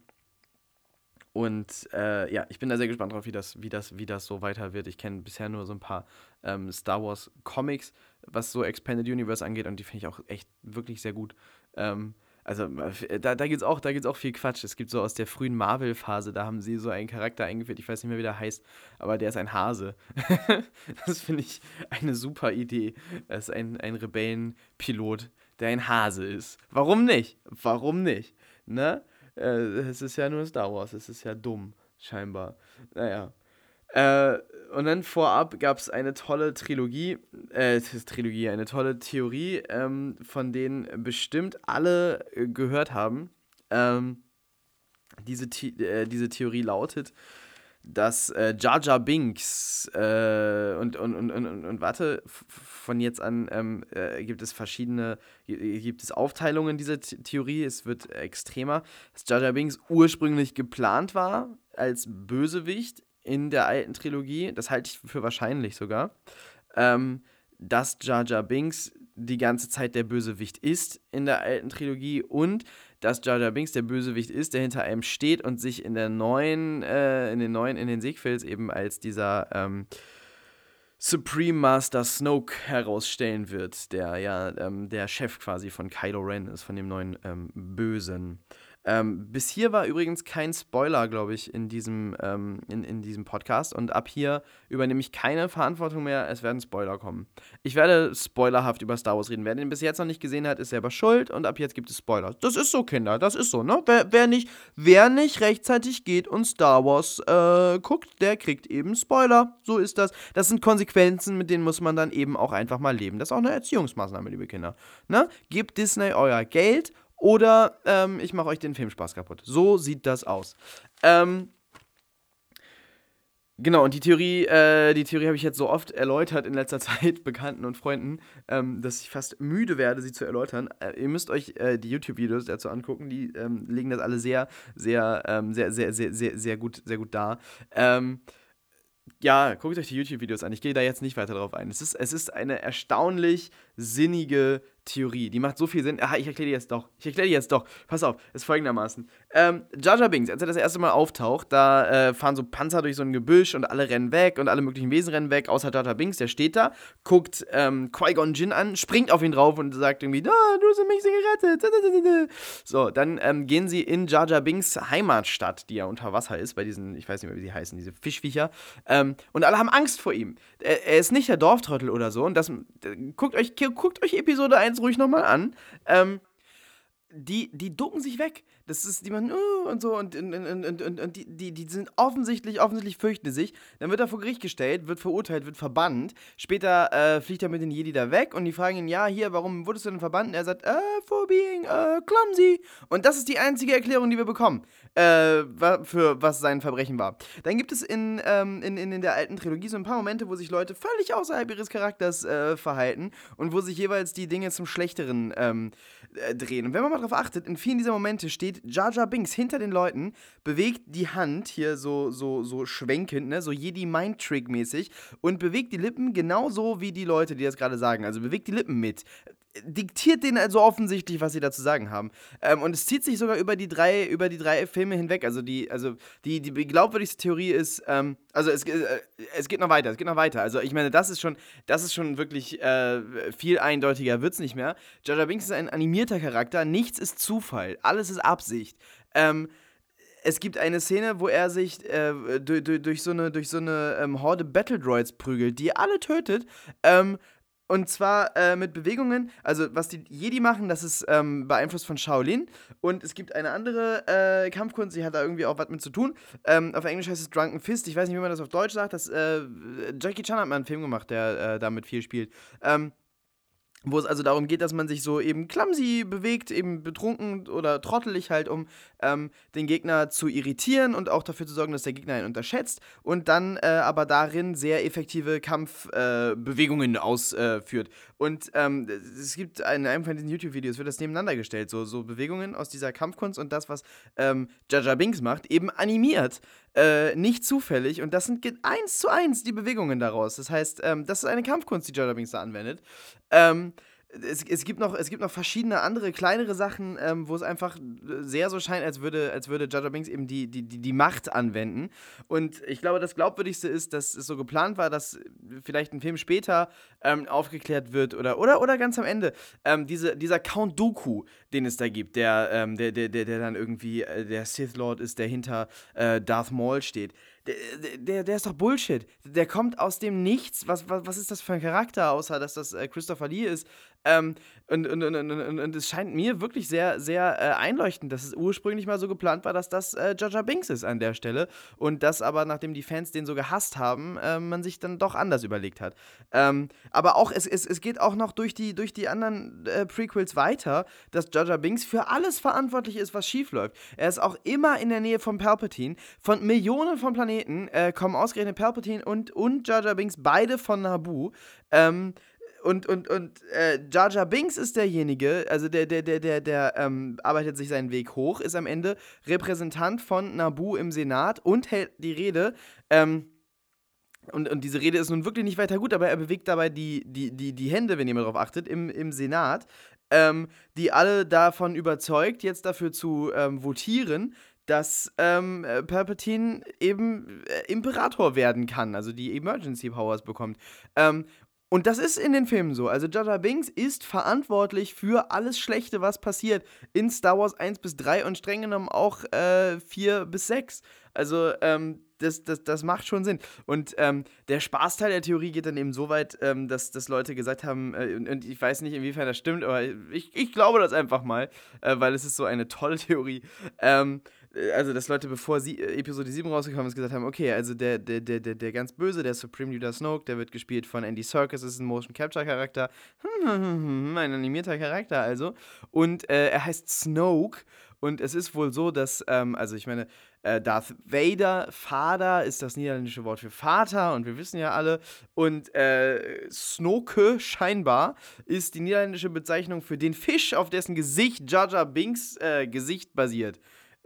und äh, ja, ich bin da sehr gespannt drauf, wie das, wie das, wie das so weiter wird. Ich kenne bisher nur so ein paar ähm, Star Wars Comics, was so Expanded Universe angeht, und die finde ich auch echt wirklich sehr gut. Ähm, also äh, da, da gibt es auch, da gibt's auch viel Quatsch. Es gibt so aus der frühen Marvel-Phase, da haben sie so einen Charakter eingeführt, ich weiß nicht mehr, wie der heißt, aber der ist ein Hase. Das finde ich eine super Idee. Er ist ein, ein Rebellenpilot, der ein Hase ist. Warum nicht? Warum nicht? Ne? Äh, es ist ja nur Star Wars, es ist ja dumm, scheinbar. Naja. Äh, und dann vorab gab es eine tolle Trilogie, äh, es ist Trilogie, eine tolle Theorie, ähm, von denen bestimmt alle äh, gehört haben. Ähm, diese, The äh, diese Theorie lautet, dass äh, Jar Jar Binks äh, und, und, und, und, und, und warte, f- von jetzt an ähm, äh, gibt es verschiedene, gibt es Aufteilungen dieser The Theorie, es wird extremer, dass Jar Jar Binks ursprünglich geplant war als Bösewicht in der alten Trilogie, das halte ich für wahrscheinlich sogar, ähm, dass Jar Jar Binks die ganze Zeit der Bösewicht ist in der alten Trilogie und dass Jar Jar Binks der Bösewicht ist, der hinter einem steht und sich in der neuen, äh, in den neuen, in den Sequels eben als dieser ähm, Supreme Master Snoke herausstellen wird, der ja ähm, der Chef quasi von Kylo Ren ist, von dem neuen ähm, Bösen. Ähm, bis hier war übrigens kein Spoiler, glaube ich, in diesem, ähm, in, in diesem Podcast. Und ab hier übernehme ich keine Verantwortung mehr. Es werden Spoiler kommen. Ich werde spoilerhaft über Star Wars reden. Wer den bis jetzt noch nicht gesehen hat, ist selber schuld. Und ab jetzt gibt es Spoiler. Das ist so, Kinder. Das ist so, ne? Wer, wer, nicht, wer nicht rechtzeitig geht und Star Wars äh, guckt, der kriegt eben Spoiler. So ist das. Das sind Konsequenzen, mit denen muss man dann eben auch einfach mal leben. Das ist auch eine Erziehungsmaßnahme, liebe Kinder. Ne? Gebt Disney euer Geld oder ähm, ich mache euch den Filmspaß kaputt. So sieht das aus. Ähm, genau, und die Theorie, äh, die Theorie habe ich jetzt so oft erläutert in letzter Zeit, Bekannten und Freunden, ähm, dass ich fast müde werde, sie zu erläutern. Äh, ihr müsst euch äh, die YouTube-Videos dazu angucken, die ähm, legen das alle sehr, sehr, ähm, sehr, sehr, sehr, sehr, sehr gut, sehr gut dar. Ähm, Ja, guckt euch die YouTube-Videos an. Ich gehe da jetzt nicht weiter drauf ein. Es ist, es ist eine erstaunlich sinnige Theorie. Die macht so viel Sinn. Ah, ich erkläre die jetzt doch. Ich erkläre die jetzt doch. Pass auf, ist folgendermaßen. Ähm, Jar Jar Binks, als er das erste Mal auftaucht, da äh, fahren so Panzer durch so ein Gebüsch und alle rennen weg und alle möglichen Wesen rennen weg, außer Jar Jar Binks, der steht da, guckt ähm, Qui-Gon Jinn an, springt auf ihn drauf und sagt irgendwie, ah, du hast mich gerettet. So, dann ähm, gehen sie in Jar Jar Binks Heimatstadt, die ja unter Wasser ist, bei diesen, ich weiß nicht mehr, wie sie heißen, diese Fischviecher. Ähm, und alle haben Angst vor ihm. Er, er ist nicht der Dorftrottel oder so. Und das, äh, guckt, euch, guckt euch Episode eins ruhig nochmal an. Ähm, die, die ducken sich weg. Das ist, die machen, uh, und so, und, und, und, und, und, und die, die, die sind offensichtlich, offensichtlich fürchten sich. Dann wird er vor Gericht gestellt, wird verurteilt, wird verbannt. Später äh, fliegt er mit den Jedi da weg und die fragen ihn, ja, hier, warum wurdest du denn verbannt? Und er sagt, äh, for being äh, clumsy. Und das ist die einzige Erklärung, die wir bekommen, äh, für was sein Verbrechen war. Dann gibt es in, ähm, in, in, in der alten Trilogie so ein paar Momente, wo sich Leute völlig außerhalb ihres Charakters äh, verhalten und wo sich jeweils die Dinge zum Schlechteren ähm, äh, drehen. Und wenn man mal darauf achtet, in vielen dieser Momente steht Jar Jar Binks hinter den Leuten, bewegt die Hand hier so, so, so schwenkend, ne, so Jedi-Mind-Trick-mäßig und bewegt die Lippen genauso wie die Leute, die das gerade sagen. Also bewegt die Lippen mit. Diktiert denen also offensichtlich, was sie da zu sagen haben. Ähm, und es zieht sich sogar über die drei, über die drei Filme hinweg. Also die, also die, die glaubwürdigste Theorie ist, ähm, also es, äh, es geht noch weiter, es geht noch weiter. Also ich meine, das ist schon, das ist schon wirklich äh, viel eindeutiger wird's nicht mehr. Jar Jar Binks ist ein animierter Charakter, nichts ist Zufall, alles ist Absicht. Ähm, Es gibt eine Szene, wo er sich äh, durch, durch so eine, durch so eine ähm, Horde Battle Droids prügelt, die er alle tötet. Ähm, und zwar äh, mit Bewegungen, also was die Jedi machen, das ist ähm, beeinflusst von Shaolin. Und es gibt eine andere äh, Kampfkunst, die hat da irgendwie auch was mit zu tun. Ähm, auf Englisch heißt es Drunken Fist. Ich weiß nicht, wie man das auf Deutsch sagt. Das, äh, Jackie Chan hat mal einen Film gemacht, der äh, damit viel spielt. Ähm, Wo es also darum geht, dass man sich so eben clumsy bewegt, eben betrunken oder trottelig halt, um ähm, den Gegner zu irritieren und auch dafür zu sorgen, dass der Gegner ihn unterschätzt und dann äh, aber darin sehr effektive Kampfbewegungen äh, ausführt. Und ähm, es gibt in einem von diesen YouTube-Videos, wird das nebeneinander gestellt, so, so Bewegungen aus dieser Kampfkunst und das, was ähm, Jar Jar Binks macht, eben animiert. Äh, nicht zufällig und das sind eins zu eins die Bewegungen daraus. Das heißt, ähm, das ist eine Kampfkunst, die Jar Jar Binks da anwendet. Ähm, es, es, gibt noch, es gibt noch verschiedene andere, kleinere Sachen, ähm, wo es einfach sehr so scheint, als würde, als würde Jar Jar Binks eben die, die, die, die Macht anwenden. Und ich glaube, das Glaubwürdigste ist, dass es so geplant war, dass vielleicht ein Film später ähm, aufgeklärt wird oder, oder, oder ganz am Ende. Ähm, diese, dieser Count Dooku, den es da gibt, der, ähm, der, der, der, der dann irgendwie äh, der Sith Lord ist, der hinter äh, Darth Maul steht. Der, der, der ist doch Bullshit. Der kommt aus dem Nichts. Was, was, was ist das für ein Charakter, außer dass das äh, Christopher Lee ist? Ähm, und, und, und, und, und, und es scheint mir wirklich sehr, sehr äh, einleuchtend, dass es ursprünglich mal so geplant war, dass das äh, Jar Jar Binks ist an der Stelle. Und dass aber, nachdem die Fans den so gehasst haben, äh, man sich dann doch anders überlegt hat. Ähm, aber auch, es, es, es geht auch noch durch die, durch die anderen äh, Prequels weiter, dass Jar Jar Binks für alles verantwortlich ist, was schief läuft. Er ist auch immer in der Nähe von Palpatine. Von Millionen von Planeten äh, kommen ausgerechnet Palpatine und, und Jar Jar Binks beide von Naboo. Ähm, Und, und, und äh, Jar Jar Binks ist derjenige, also der, der, der, der, der ähm, arbeitet sich seinen Weg hoch, ist am Ende Repräsentant von Naboo im Senat und hält die Rede. Ähm, und, und diese Rede ist nun wirklich nicht weiter gut, aber er bewegt dabei die, die, die, die Hände, wenn ihr mal drauf achtet, im, im Senat, ähm, die alle davon überzeugt, jetzt dafür zu ähm, votieren, dass ähm, äh, Palpatine eben äh, Imperator werden kann, also die Emergency Powers bekommt. Ähm, Und das ist in den Filmen so. Also Jar Jar Binks ist verantwortlich für alles Schlechte, was passiert in Star Wars eins bis drei und streng genommen auch äh, vier bis sechs. Also ähm, das, das, das macht schon Sinn. Und ähm, der Spaßteil der Theorie geht dann eben so weit, ähm, dass, dass Leute gesagt haben, äh, und, und ich weiß nicht, inwiefern das stimmt, aber ich, ich glaube das einfach mal, äh, weil es ist so eine tolle Theorie. Ähm, also, dass Leute, bevor sie, äh, Episode sieben rausgekommen ist, gesagt haben, okay, also der, der, der, der, der ganz Böse, der Supreme Leader Snoke, der wird gespielt von Andy Serkis, ist ein Motion-Capture-Charakter, ein animierter Charakter also, und äh, er heißt Snoke, und es ist wohl so, dass, ähm, also ich meine, äh, Darth Vader, Vater, ist das niederländische Wort für Vater, und wir wissen ja alle, und äh, Snoke, scheinbar, ist die niederländische Bezeichnung für den Fisch, auf dessen Gesicht Jar Jar Binks äh, Gesicht basiert.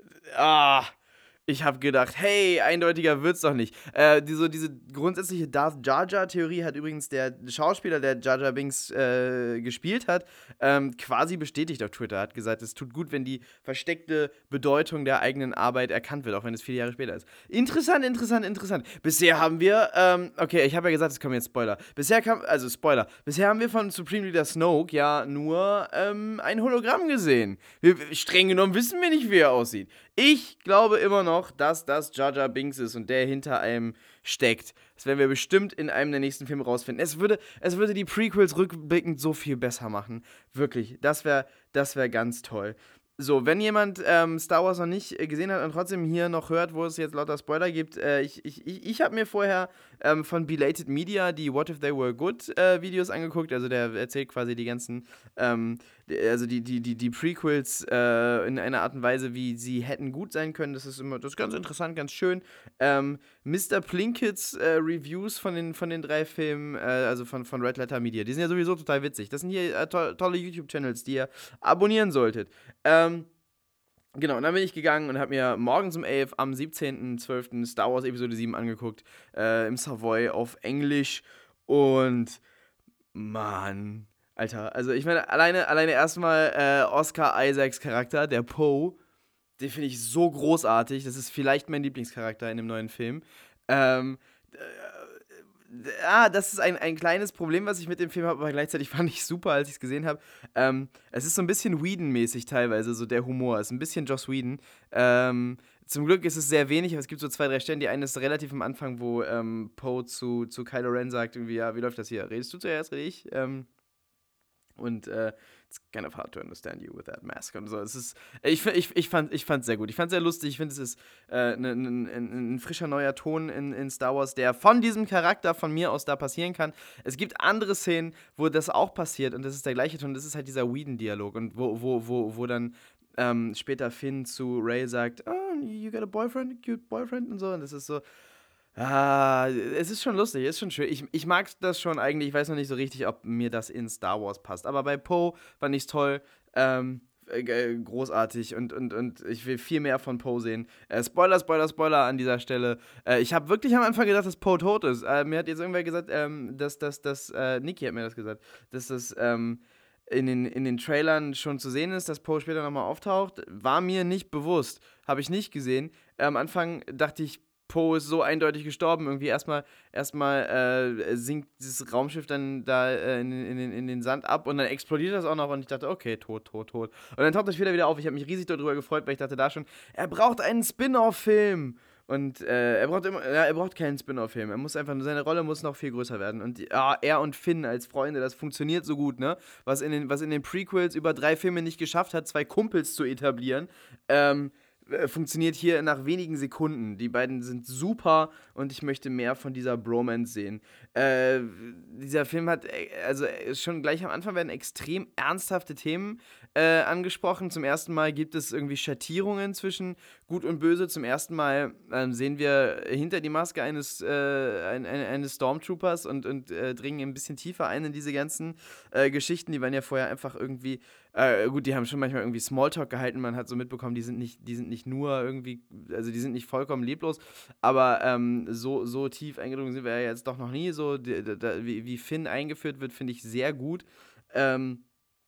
Ah, ich habe gedacht, hey, eindeutiger wird's doch nicht. Äh, die, so diese grundsätzliche Darth Jar Jar Theorie hat übrigens der Schauspieler, der Jar Jar Binks äh, gespielt hat, ähm, quasi bestätigt auf Twitter. Hat gesagt, es tut gut, wenn die versteckte Bedeutung der eigenen Arbeit erkannt wird, auch wenn es viele Jahre später ist. Interessant, interessant, interessant. Bisher haben wir, ähm, okay, ich habe ja gesagt, es kommen jetzt Spoiler. Bisher kam, also Spoiler, bisher haben wir von Supreme Leader Snoke ja nur ähm, ein Hologramm gesehen. Wir, streng genommen wissen wir nicht, wie er aussieht. Ich glaube immer noch, dass das Jar Jar Binks ist und der hinter einem steckt. Das werden wir bestimmt in einem der nächsten Filme rausfinden. Es würde, es würde die Prequels rückblickend so viel besser machen. Wirklich, das wäre das wär ganz toll. So, wenn jemand ähm, Star Wars noch nicht äh, gesehen hat und trotzdem hier noch hört, wo es jetzt lauter Spoiler gibt, äh, ich, ich, ich, ich habe mir vorher ähm, von Belated Media die What If They Were Good äh, Videos angeguckt. Also der erzählt quasi die ganzen, ähm, die, also die, die, die, die Prequels äh, in einer Art und Weise, wie sie hätten gut sein können. Das ist immer, das ist ganz interessant, ganz schön. Ähm, Mister Plinkett's äh, Reviews von den, von den drei Filmen, äh, also von, von Red Letter Media, die sind ja sowieso total witzig. Das sind hier äh, to- tolle YouTube-Channels, die ihr abonnieren solltet. Ähm, Genau, und dann bin ich gegangen und habe mir morgens um elf am siebzehnten zwölften Star Wars Episode sieben angeguckt, äh, im Savoy auf Englisch, und Mann, Alter, also ich meine, alleine, alleine erstmal äh, Oscar Isaacs Charakter, der Poe, den finde ich so großartig, das ist vielleicht mein Lieblingscharakter in dem neuen Film. Ähm, äh, Ah, das ist ein, ein kleines Problem, was ich mit dem Film habe, aber gleichzeitig fand ich super, als ich es gesehen habe. Ähm, es ist so ein bisschen Whedon-mäßig teilweise, so der Humor. Es ist ein bisschen Joss Whedon. Ähm, zum Glück ist es sehr wenig, aber es gibt so zwei, drei Stellen. Die eine ist relativ am Anfang, wo ähm, Poe zu, zu Kylo Ren sagt, irgendwie, ja, wie läuft das hier? Redest du zuerst, rede ich? Ähm, und äh, it's kind of hard to understand you with that mask und so. Es ist, ich, ich, ich fand ich fand's sehr gut. Ich fand es sehr lustig. Ich finde, es ist äh, ein, ein, ein, ein frischer neuer Ton in, in Star Wars, der von diesem Charakter von mir aus da passieren kann. Es gibt andere Szenen, wo das auch passiert, und das ist der gleiche Ton. Das ist halt dieser Whedon-Dialog, und wo, wo, wo, wo dann ähm, später Finn zu Rey sagt, oh, you got a boyfriend, a cute boyfriend und so. Und das ist so, ah, es ist schon lustig, ist schon schön. Ich, ich mag das schon eigentlich. Ich weiß noch nicht so richtig, ob mir das in Star Wars passt. Aber bei Poe fand ich es toll. Ähm, äh, großartig, und, und, und ich will viel mehr von Poe sehen. Äh, Spoiler, Spoiler, Spoiler an dieser Stelle. Äh, ich habe wirklich am Anfang gedacht, dass Poe tot ist. Äh, mir hat jetzt irgendwer gesagt, ähm, dass das, dass, äh, Niki hat mir das gesagt, dass das, ähm, in den, in den Trailern schon zu sehen ist, dass Poe später nochmal auftaucht. War mir nicht bewusst. Habe ich nicht gesehen. Äh, am Anfang dachte ich, Poe ist so eindeutig gestorben. Irgendwie erstmal erstmal äh, sinkt dieses Raumschiff dann da äh, in, in, in, in den Sand ab, und dann explodiert das auch noch, und ich dachte, okay, tot, tot, tot. Und dann taucht das später wieder auf. Ich habe mich riesig darüber gefreut, weil ich dachte da schon, er braucht einen Spin-off-Film. Und äh, er braucht immer, ja, er braucht keinen Spin-off-Film. Er muss einfach, seine Rolle muss noch viel größer werden. Und ja, er und Finn als Freunde, das funktioniert so gut, ne? Was in den, was in den Prequels über drei Filme nicht geschafft hat, zwei Kumpels zu etablieren, ähm, äh, funktioniert hier nach wenigen Sekunden. Die beiden sind super, und ich möchte mehr von dieser Bromance sehen. Äh, dieser Film hat, äh, also äh, schon gleich am Anfang werden extrem ernsthafte Themen äh, angesprochen. Zum ersten Mal gibt es irgendwie Schattierungen zwischen Gut und Böse. Zum ersten Mal ähm, sehen wir hinter die Maske eines, äh, ein, ein, eines Stormtroopers, und, und äh, dringen ein bisschen tiefer ein in diese ganzen äh, Geschichten. Die waren ja vorher einfach irgendwie, äh, gut, die haben schon manchmal irgendwie Smalltalk gehalten. Man hat so mitbekommen, die sind nicht, die sind nicht nur irgendwie, also die sind nicht vollkommen leblos, aber ähm, so, so tief eingedrungen sind wir ja jetzt doch noch nie. So, die, die, wie, wie Finn eingeführt wird, finde ich sehr gut. Ähm,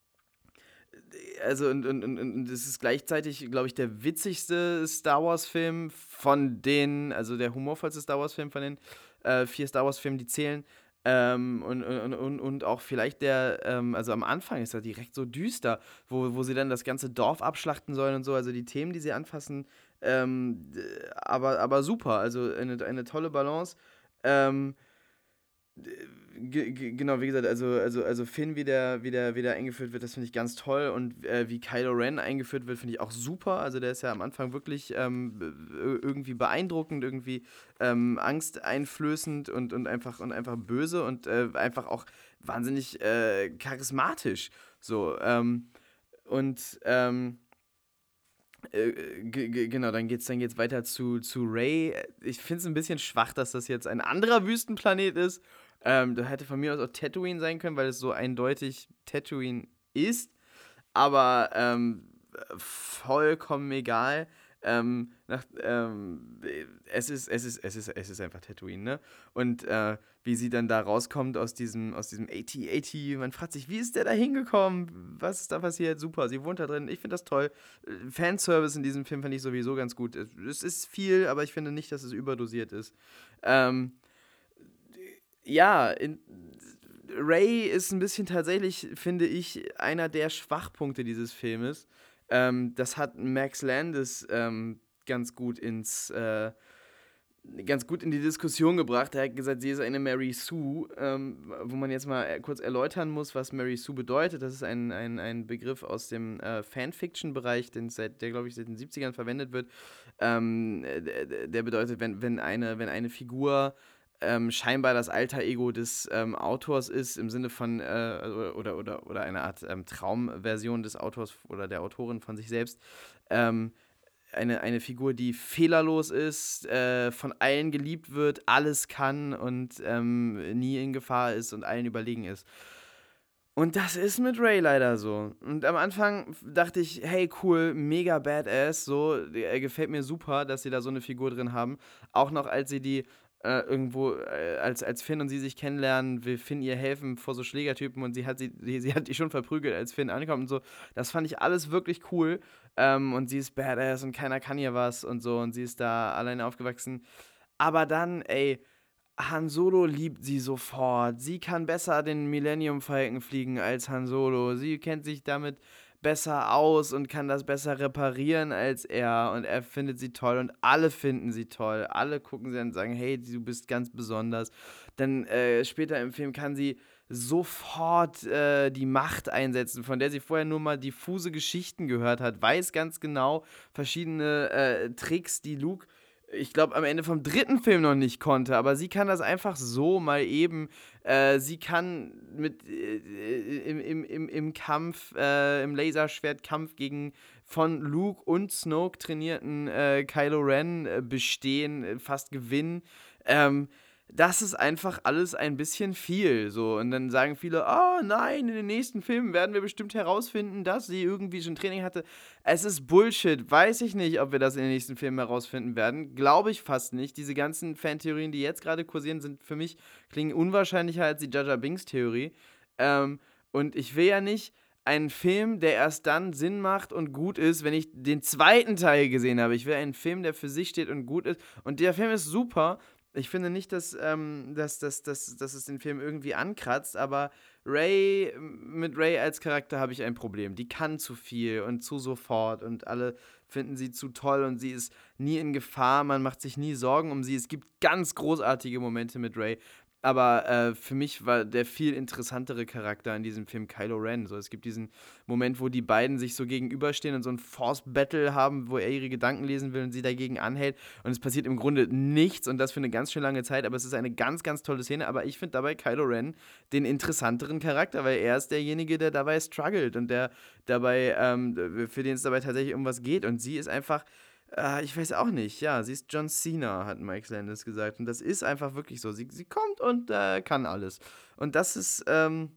also und, und, und, und es ist gleichzeitig, glaube ich, der witzigste Star Wars-Film von den, also der humorvollste Star Wars-Film von den äh, vier Star Wars-Filmen, die zählen. Ähm, und, und, und, und auch vielleicht der, ähm, also am Anfang ist er direkt so düster, wo, wo sie dann das ganze Dorf abschlachten sollen und so, also die Themen, die sie anfassen, ähm, d- aber, aber super, also eine, eine tolle Balance. Ähm, Ge- ge- Genau, wie gesagt, also, also, also Finn, wie der, wie der, wie der eingeführt wird, das finde ich ganz toll. Und äh, wie Kylo Ren eingeführt wird, finde ich auch super. Also der ist ja am Anfang wirklich ähm, b- irgendwie beeindruckend, irgendwie ähm, angsteinflößend und, und, einfach, und einfach böse und äh, einfach auch wahnsinnig äh, charismatisch. So, ähm, und ähm, äh, g- g- genau, dann geht's, dann geht's weiter zu, zu Ray. Ich finde es ein bisschen schwach, dass das jetzt ein anderer Wüstenplanet ist. Ähm, da hätte von mir aus auch Tatooine sein können, weil es so eindeutig Tatooine ist. Aber ähm, vollkommen egal. Ähm, nach, ähm, es, ist, es, ist, es, ist, es ist einfach Tatooine, ne? Und äh, wie sie dann da rauskommt aus diesem, aus diesem A T A T, man fragt sich, wie ist der da hingekommen? Was ist da passiert? Super, sie wohnt da drin, ich finde das toll. Äh, Fanservice in diesem Film finde ich sowieso ganz gut. Es, es ist viel, aber ich finde nicht, dass es überdosiert ist. Ähm, ja, in, Ray ist ein bisschen tatsächlich, finde ich, einer der Schwachpunkte dieses Filmes. Ähm, das hat Max Landis ähm, ganz gut ins äh, ganz gut in die Diskussion gebracht. Er hat gesagt, sie ist eine Mary Sue, ähm, wo man jetzt mal kurz erläutern muss, was Mary Sue bedeutet. Das ist ein, ein, ein Begriff aus dem äh, Fanfiction-Bereich, den seit, der, glaube ich, seit den siebzigern verwendet wird. Ähm, der, der bedeutet, wenn, wenn, eine, wenn eine Figur ähm, scheinbar das Alter Ego des ähm, Autors ist, im Sinne von, äh, oder, oder, oder eine Art ähm, Traumversion des Autors oder der Autorin von sich selbst, ähm, eine, eine Figur, die fehlerlos ist, äh, von allen geliebt wird, alles kann und ähm, nie in Gefahr ist und allen überlegen ist. Und das ist mit Ray leider so. Und am Anfang dachte ich, hey, cool, mega badass, so, er gefällt mir super, dass sie da so eine Figur drin haben. Auch noch, als sie die äh, irgendwo, äh, als, als Finn und sie sich kennenlernen, will Finn ihr helfen vor so Schlägertypen und sie hat sie, sie, sie hat die schon verprügelt, als Finn ankommt und so. Das fand ich alles wirklich cool. Ähm, und sie ist badass und keiner kann ihr was und so und sie ist da alleine aufgewachsen. Aber dann, ey, Han Solo liebt sie sofort. Sie kann besser den Millennium Falcon fliegen als Han Solo. Sie kennt sich damit besser aus und kann das besser reparieren als er. Und er findet sie toll und alle finden sie toll. Alle gucken sie an und sagen, hey, du bist ganz besonders. Dann äh, später im Film kann sie sofort äh, die Macht einsetzen, von der sie vorher nur mal diffuse Geschichten gehört hat. Weiß ganz genau verschiedene äh, Tricks, die Luke ich glaube, am Ende vom dritten Film noch nicht konnte, aber sie kann das einfach so mal eben. Äh, sie kann mit äh, im, im, im, im Kampf, äh, im Laserschwertkampf gegen von Luke und Snoke trainierten äh, Kylo Ren äh, bestehen, äh, fast gewinnen. Ähm, Das ist einfach alles ein bisschen viel. So. Und dann sagen viele, oh nein, in den nächsten Filmen werden wir bestimmt herausfinden, dass sie irgendwie schon Training hatte. Es ist Bullshit. Weiß ich nicht, ob wir das in den nächsten Filmen herausfinden werden. Glaube ich fast nicht. Diese ganzen Fantheorien, die jetzt gerade kursieren, sind für mich, klingen unwahrscheinlicher als die Jar Jar Binks Theorie. Ähm, und ich will ja nicht einen Film, der erst dann Sinn macht und gut ist, wenn ich den zweiten Teil gesehen habe. Ich will einen Film, der für sich steht und gut ist. Und der Film ist super. Ich finde nicht, dass, ähm, dass, dass, dass, dass es den Film irgendwie ankratzt, aber Ray, mit Ray als Charakter habe ich ein Problem. Die kann zu viel und zu sofort und alle finden sie zu toll und sie ist nie in Gefahr, man macht sich nie Sorgen um sie. Es gibt ganz großartige Momente mit Ray, aber äh, für mich war der viel interessantere Charakter in diesem Film Kylo Ren. So, es gibt diesen Moment, wo die beiden sich so gegenüberstehen und so ein Force-Battle haben, wo er ihre Gedanken lesen will und sie dagegen anhält. Und es passiert im Grunde nichts und das für eine ganz schön lange Zeit, aber es ist eine ganz, ganz tolle Szene. Aber ich finde dabei Kylo Ren den interessanteren Charakter, weil er ist derjenige, der dabei struggelt und der dabei, ähm, für den es dabei tatsächlich um was geht. Und sie ist einfach, äh, ich weiß auch nicht, ja, sie ist John Cena, hat Mike Landis gesagt. Und das ist einfach wirklich so. Sie, sie kommt und äh, kann alles. Und das ist, ähm,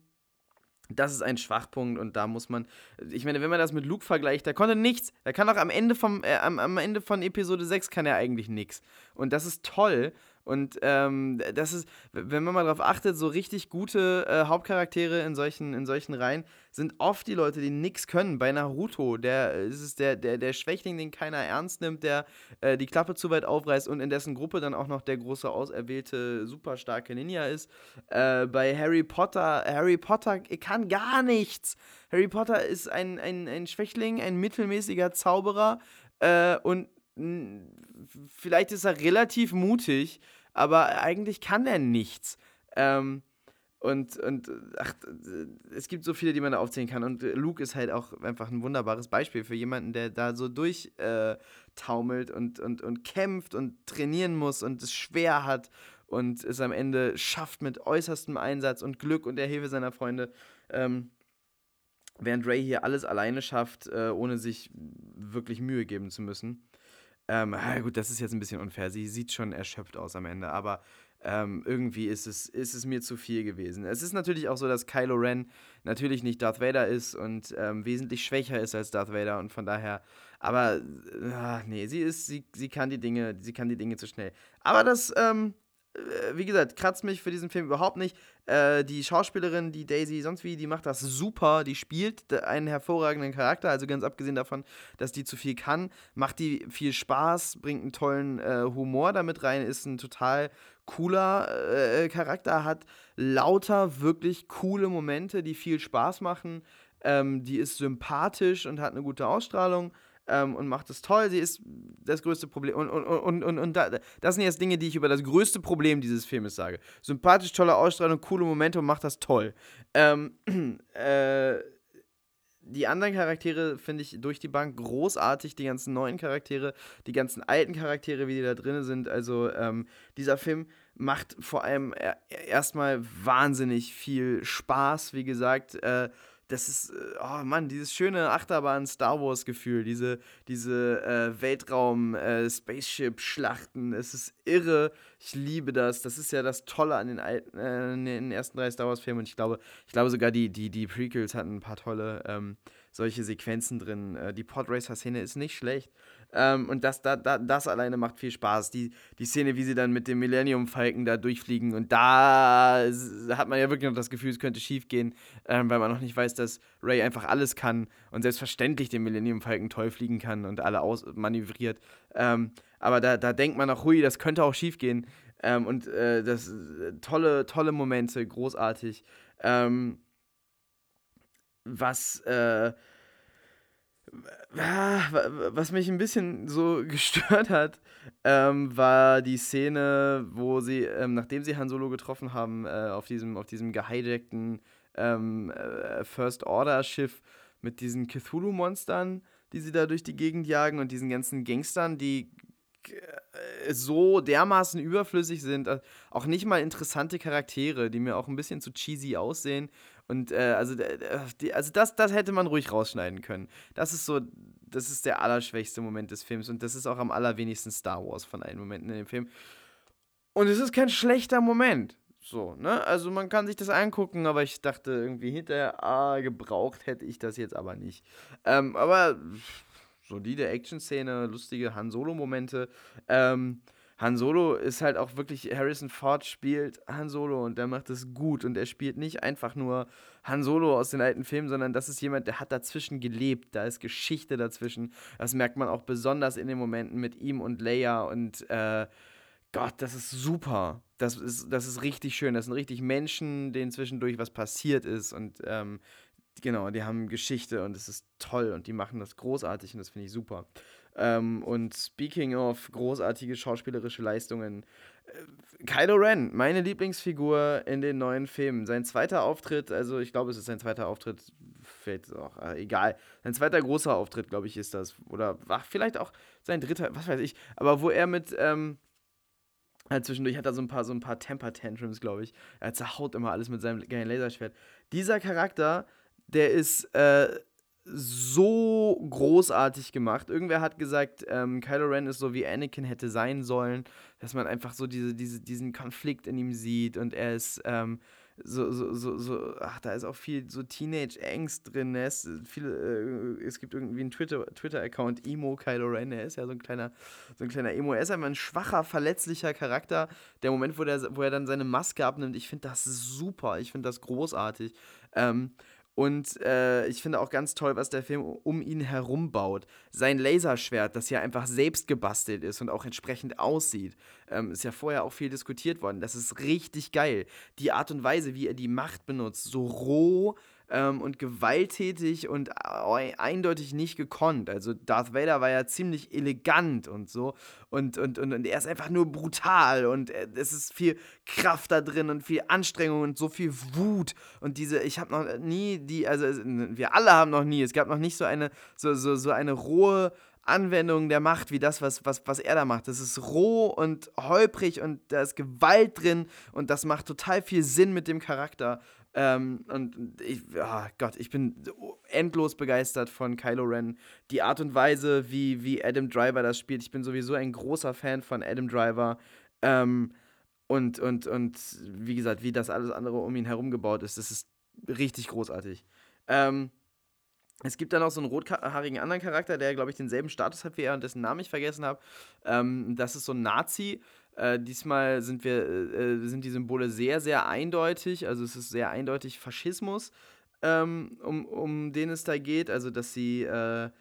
das ist ein Schwachpunkt und da muss man, ich meine, wenn man das mit Luke vergleicht, der konnte nichts. Er kann auch am Ende vom, äh, am, am Ende von Episode sechs kann er eigentlich nichts. Und das ist toll. Und ähm, das ist, wenn man mal drauf achtet, so richtig gute äh, Hauptcharaktere in solchen, in solchen Reihen sind oft die Leute, die nichts können. Bei Naruto, der äh, ist es der, der, der Schwächling, den keiner ernst nimmt, der äh, die Klappe zu weit aufreißt und in dessen Gruppe dann auch noch der große, auserwählte, super starke Ninja ist. Äh, bei Harry Potter, Harry Potter kann gar nichts. Harry Potter ist ein, ein, ein Schwächling, ein mittelmäßiger Zauberer äh, und mh, vielleicht ist er relativ mutig, aber eigentlich kann er nichts. Ähm, und, und ach, es gibt so viele, die man da aufzählen kann. Und Luke ist halt auch einfach ein wunderbares Beispiel für jemanden, der da so durch äh, taumelt und, und, und kämpft und trainieren muss und es schwer hat und es am Ende schafft mit äußerstem Einsatz und Glück und der Hilfe seiner Freunde. Ähm, während Rey hier alles alleine schafft, äh, ohne sich wirklich Mühe geben zu müssen. Ähm, ah, gut, das ist jetzt ein bisschen unfair. Sie sieht schon erschöpft aus am Ende, aber ähm, irgendwie ist es, ist es mir zu viel gewesen. Es ist natürlich auch so, dass Kylo Ren natürlich nicht Darth Vader ist und ähm, wesentlich schwächer ist als Darth Vader und von daher, aber äh, ah, nee, sie ist, sie, sie kann die Dinge, sie kann die Dinge zu schnell. Aber das, ähm, äh, wie gesagt, kratzt mich für diesen Film überhaupt nicht. Äh, die Schauspielerin, die Daisy sonst wie, die macht das super. Die spielt einen hervorragenden Charakter. Also ganz abgesehen davon, dass die zu viel kann, macht die viel Spaß, bringt einen tollen äh, Humor damit rein, ist ein total cooler äh, Charakter, hat lauter wirklich coole Momente, die viel Spaß machen. Ähm, die ist sympathisch und hat eine gute Ausstrahlung ähm, und macht es toll. Sie ist das größte Problem. Und, und, und, und, und da, das sind jetzt Dinge, die ich über das größte Problem dieses Filmes sage. Sympathisch, tolle Ausstrahlung, coole Momente und macht das toll. Ähm, äh, die anderen Charaktere finde ich durch die Bank großartig, die ganzen neuen Charaktere, die ganzen alten Charaktere, wie die da drin sind. Also ähm, dieser Film macht vor allem er- erstmal wahnsinnig viel Spaß, wie gesagt. Äh, das ist, äh, oh Mann, dieses schöne Achterbahn-Star Wars-Gefühl, diese, diese äh, Weltraum-Spaceship-Schlachten, es ist irre. Ich liebe das. Das ist ja das Tolle an den alten, äh, in den ersten drei Star Wars-Filmen. Und ich glaube, ich glaube sogar die, die, die Prequels hatten ein paar tolle ähm, solche Sequenzen drin. Äh, die Podracer-Szene ist nicht schlecht. Ähm, und das, da, da, das alleine macht viel Spaß. Die, die Szene, wie sie dann mit dem Millennium Falcon da durchfliegen. Und da s- hat man ja wirklich noch das Gefühl, es könnte schief gehen, ähm, weil man noch nicht weiß, dass Rey einfach alles kann und selbstverständlich den Millennium Falcon toll fliegen kann und alle ausmanövriert. Ähm, aber da, da denkt man auch, hui, das könnte auch schief gehen. Ähm, und äh, das äh, tolle, tolle Momente, großartig. Ähm, was, äh, was mich ein bisschen so gestört hat, ähm, war die Szene, wo sie, ähm, nachdem sie Han Solo getroffen haben, äh, auf diesem, auf diesem gehijackten ähm, äh, First Order Schiff mit diesen Cthulhu-Monstern, die sie da durch die Gegend jagen und diesen ganzen Gangstern, die äh, so dermaßen überflüssig sind, äh, auch nicht mal interessante Charaktere, die mir auch ein bisschen zu cheesy aussehen. Und äh, also, äh, die, also das, das hätte man ruhig rausschneiden können. Das ist so, das ist der allerschwächste Moment des Films und das ist auch am allerwenigsten Star Wars von allen Momenten in dem Film. Und es ist kein schlechter Moment. So, ne? Also man kann sich das angucken, aber ich dachte irgendwie hinterher, ah, gebraucht hätte ich das jetzt aber nicht. Ähm, aber solide Action-Szene, lustige Han Solo-Momente. Ähm, Han Solo ist halt auch wirklich, Harrison Ford spielt Han Solo und der macht es gut und er spielt nicht einfach nur Han Solo aus den alten Filmen, sondern das ist jemand, der hat dazwischen gelebt, da ist Geschichte dazwischen. Das merkt man auch besonders in den Momenten mit ihm und Leia und äh, Gott, das ist super. Das ist, das ist richtig schön. Das sind richtig Menschen, denen zwischendurch was passiert ist. Und ähm, genau, die haben Geschichte und es ist toll und die machen das großartig und das finde ich super. Ähm, und speaking of großartige schauspielerische Leistungen, äh, Kylo Ren, meine Lieblingsfigur in den neuen Filmen. Sein zweiter Auftritt, also ich glaube, es ist sein zweiter Auftritt, fällt auch, äh, egal. Sein zweiter großer Auftritt, glaube ich, ist das. Oder ach, vielleicht auch sein dritter, was weiß ich. Aber wo er mit, ähm, halt zwischendurch hat er so ein paar, so ein paar Temper-Tantrums, glaube ich. Er zerhaut immer alles mit seinem geilen Laserschwert. Dieser Charakter, der ist äh, so großartig gemacht. Irgendwer hat gesagt, ähm, Kylo Ren ist so, wie Anakin hätte sein sollen, dass man einfach so diese, diese, diesen Konflikt in ihm sieht und er ist ähm, so, so, so, so, ach, da ist auch viel so Teenage-Angst drin. Ne? Es, viele, äh, es gibt irgendwie einen Twitter, Twitter-Account, Emo Kylo Ren, der ist ja so ein kleiner, so ein kleiner Emo. Er ist einfach ein schwacher, verletzlicher Charakter. Der Moment, wo, der, wo er dann seine Maske abnimmt, ich finde das super, ich finde das großartig. Ähm, und äh, ich finde auch ganz toll, was der Film um ihn herum baut. Sein Laserschwert, das ja einfach selbst gebastelt ist und auch entsprechend aussieht, ähm, ist ja vorher auch viel diskutiert worden. Das ist richtig geil. Die Art und Weise, wie er die Macht benutzt, so roh ähm, und gewalttätig und äh, eindeutig nicht gekonnt. Also Darth Vader war ja ziemlich elegant und so und, und, und, und er ist einfach nur brutal und äh, es ist viel Kraft da drin und viel Anstrengung und so viel Wut und diese, ich habe noch nie die, also wir alle haben noch nie, es gab noch nicht so eine, so, so, so eine rohe Anwendung der Macht wie das, was, was, was er da macht. Das ist roh und holprig und da ist Gewalt drin und das macht total viel Sinn mit dem Charakter. Ähm, und ich, oh Gott, ich bin endlos begeistert von Kylo Ren. Die Art und Weise, wie, wie Adam Driver das spielt. Ich bin sowieso ein großer Fan von Adam Driver. Ähm, und, und, und wie gesagt, wie das alles andere um ihn herum gebaut ist, das ist richtig großartig. Ähm, es gibt dann auch so einen rothaarigen anderen Charakter, der, glaube ich, denselben Status hat wie er und dessen Namen ich vergessen habe. Ähm, das ist so ein Nazi. Äh, diesmal sind, wir, äh, sind die Symbole sehr, sehr eindeutig. Also es ist sehr eindeutig Faschismus, ähm, um, um den es da geht. Also dass sie äh,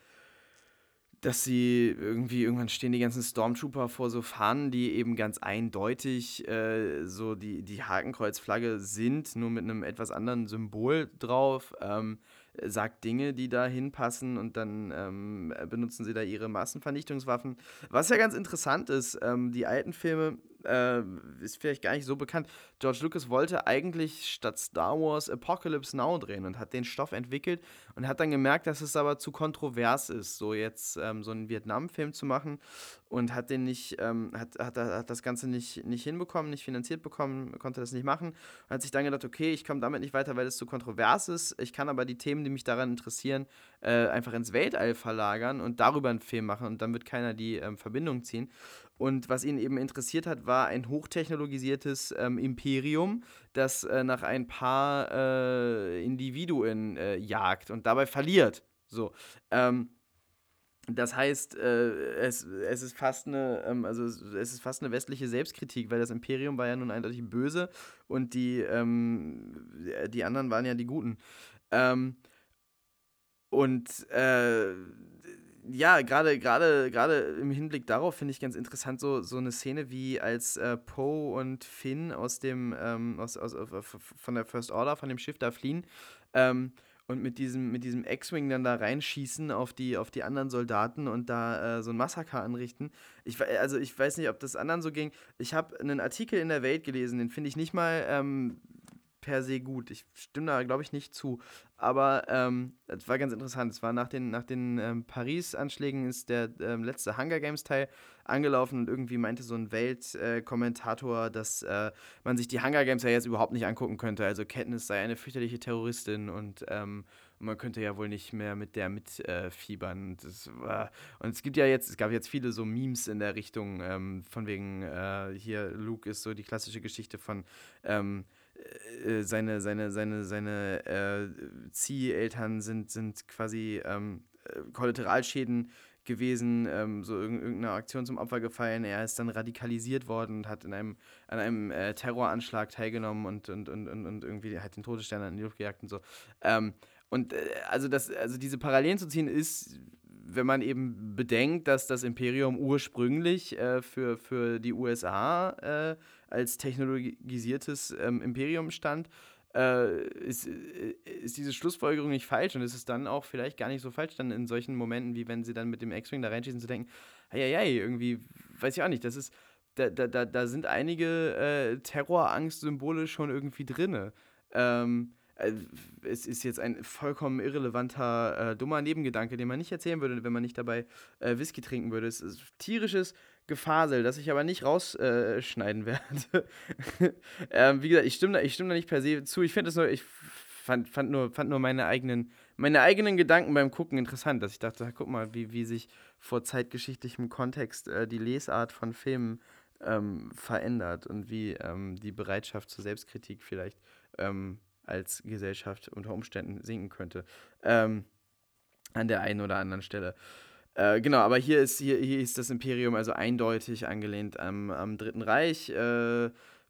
dass sie irgendwie, irgendwann stehen die ganzen Stormtrooper vor so Fahnen, die eben ganz eindeutig äh, so die, die Hakenkreuzflagge sind, nur mit einem etwas anderen Symbol drauf, ähm, sagt Dinge, die da hinpassen und dann ähm, benutzen sie da ihre Massenvernichtungswaffen. Was ja ganz interessant ist, ähm, die alten Filme, äh, ist vielleicht gar nicht so bekannt. George Lucas wollte eigentlich statt Star Wars Apocalypse Now drehen und hat den Stoff entwickelt und hat dann gemerkt, dass es aber zu kontrovers ist, so jetzt ähm, so einen Vietnam-Film zu machen und hat den nicht, ähm, hat, hat, hat das Ganze nicht, nicht hinbekommen, nicht finanziert bekommen, konnte das nicht machen und hat sich dann gedacht, okay, ich komme damit nicht weiter, weil es zu kontrovers ist, ich kann aber die Themen, die mich daran interessieren, äh, einfach ins Weltall verlagern und darüber einen Film machen und dann wird keiner die ähm, Verbindung ziehen. Und was ihn eben interessiert hat, war ein hochtechnologisiertes ähm, Imperium, das äh, nach ein paar äh, Individuen äh, jagt und dabei verliert. So. Ähm, das heißt, äh, es, es ist fast eine, ähm, also es es ist fast eine westliche Selbstkritik, weil das Imperium war ja nun eindeutig böse und die, ähm, die anderen waren ja die Guten. Ähm, und äh, ja, gerade gerade gerade im Hinblick darauf finde ich ganz interessant so, so eine Szene wie als äh, Poe und Finn aus dem ähm, aus, aus, aus, von der First Order, von dem Schiff da fliehen ähm, und mit diesem mit diesem X-Wing dann da reinschießen auf die auf die anderen Soldaten und da äh, so ein Massaker anrichten. Ich we- also ich weiß nicht, ob das anderen so ging. Ich habe einen Artikel in der Welt gelesen, den finde ich nicht mal ähm, per se gut. Ich stimme da, glaube ich, nicht zu. Aber ähm, es war ganz interessant. Es war nach den, nach den ähm, Paris-Anschlägen ist der ähm, letzte Hunger Games-Teil angelaufen und irgendwie meinte so ein Weltkommentator, äh, dass äh, man sich die Hunger Games ja jetzt überhaupt nicht angucken könnte. Also Katniss sei eine fürchterliche Terroristin und ähm, man könnte ja wohl nicht mehr mit der mitfiebern. Äh, das war, und es gibt ja jetzt, es gab jetzt viele so Memes in der Richtung, ähm, von wegen, äh, hier Luke ist so die klassische Geschichte von ähm, äh, seine, seine, seine, seine äh, Zieheltern sind, sind quasi ähm, äh, Kollateralschäden gewesen, ähm, so irg irgendeiner Aktion zum Opfer gefallen. Er ist dann radikalisiert worden und hat in einem, an einem äh, Terroranschlag teilgenommen und, und, und, und, und irgendwie hat den Todesstern in die Luft gejagt und so. Ähm, und äh, also, das, also diese Parallelen zu ziehen ist, wenn man eben bedenkt, dass das Imperium ursprünglich äh, für, für die U S A äh, als technologisiertes ähm, Imperium stand, äh, ist, äh, ist diese Schlussfolgerung nicht falsch und ist es dann auch vielleicht gar nicht so falsch, dann in solchen Momenten, wie wenn sie dann mit dem X-Wing da reinschießen, zu denken, hey, irgendwie, weiß ich auch nicht, das ist, da, da, da, da sind einige äh, Terrorangst-Symbole schon irgendwie drinne. Ähm, äh, es ist jetzt ein vollkommen irrelevanter, äh, dummer Nebengedanke, den man nicht erzählen würde, wenn man nicht dabei äh, Whisky trinken würde. Es ist tierisches Gefasel, das ich aber nicht rausschneiden äh, werde. ähm, wie gesagt, ich stimme da, ich stimme da nicht per se zu. Ich finde es nur, ich fand, fand, nur, fand nur meine eigenen, meine eigenen Gedanken beim Gucken interessant, dass ich dachte, guck mal, wie, wie sich vor zeitgeschichtlichem Kontext äh, die Lesart von Filmen ähm, verändert und wie ähm, die Bereitschaft zur Selbstkritik vielleicht ähm, als Gesellschaft unter Umständen sinken könnte. Ähm, an der einen oder anderen Stelle. Äh, genau, aber hier ist, hier, hier ist das Imperium also eindeutig angelehnt am, am Dritten Reich. Äh,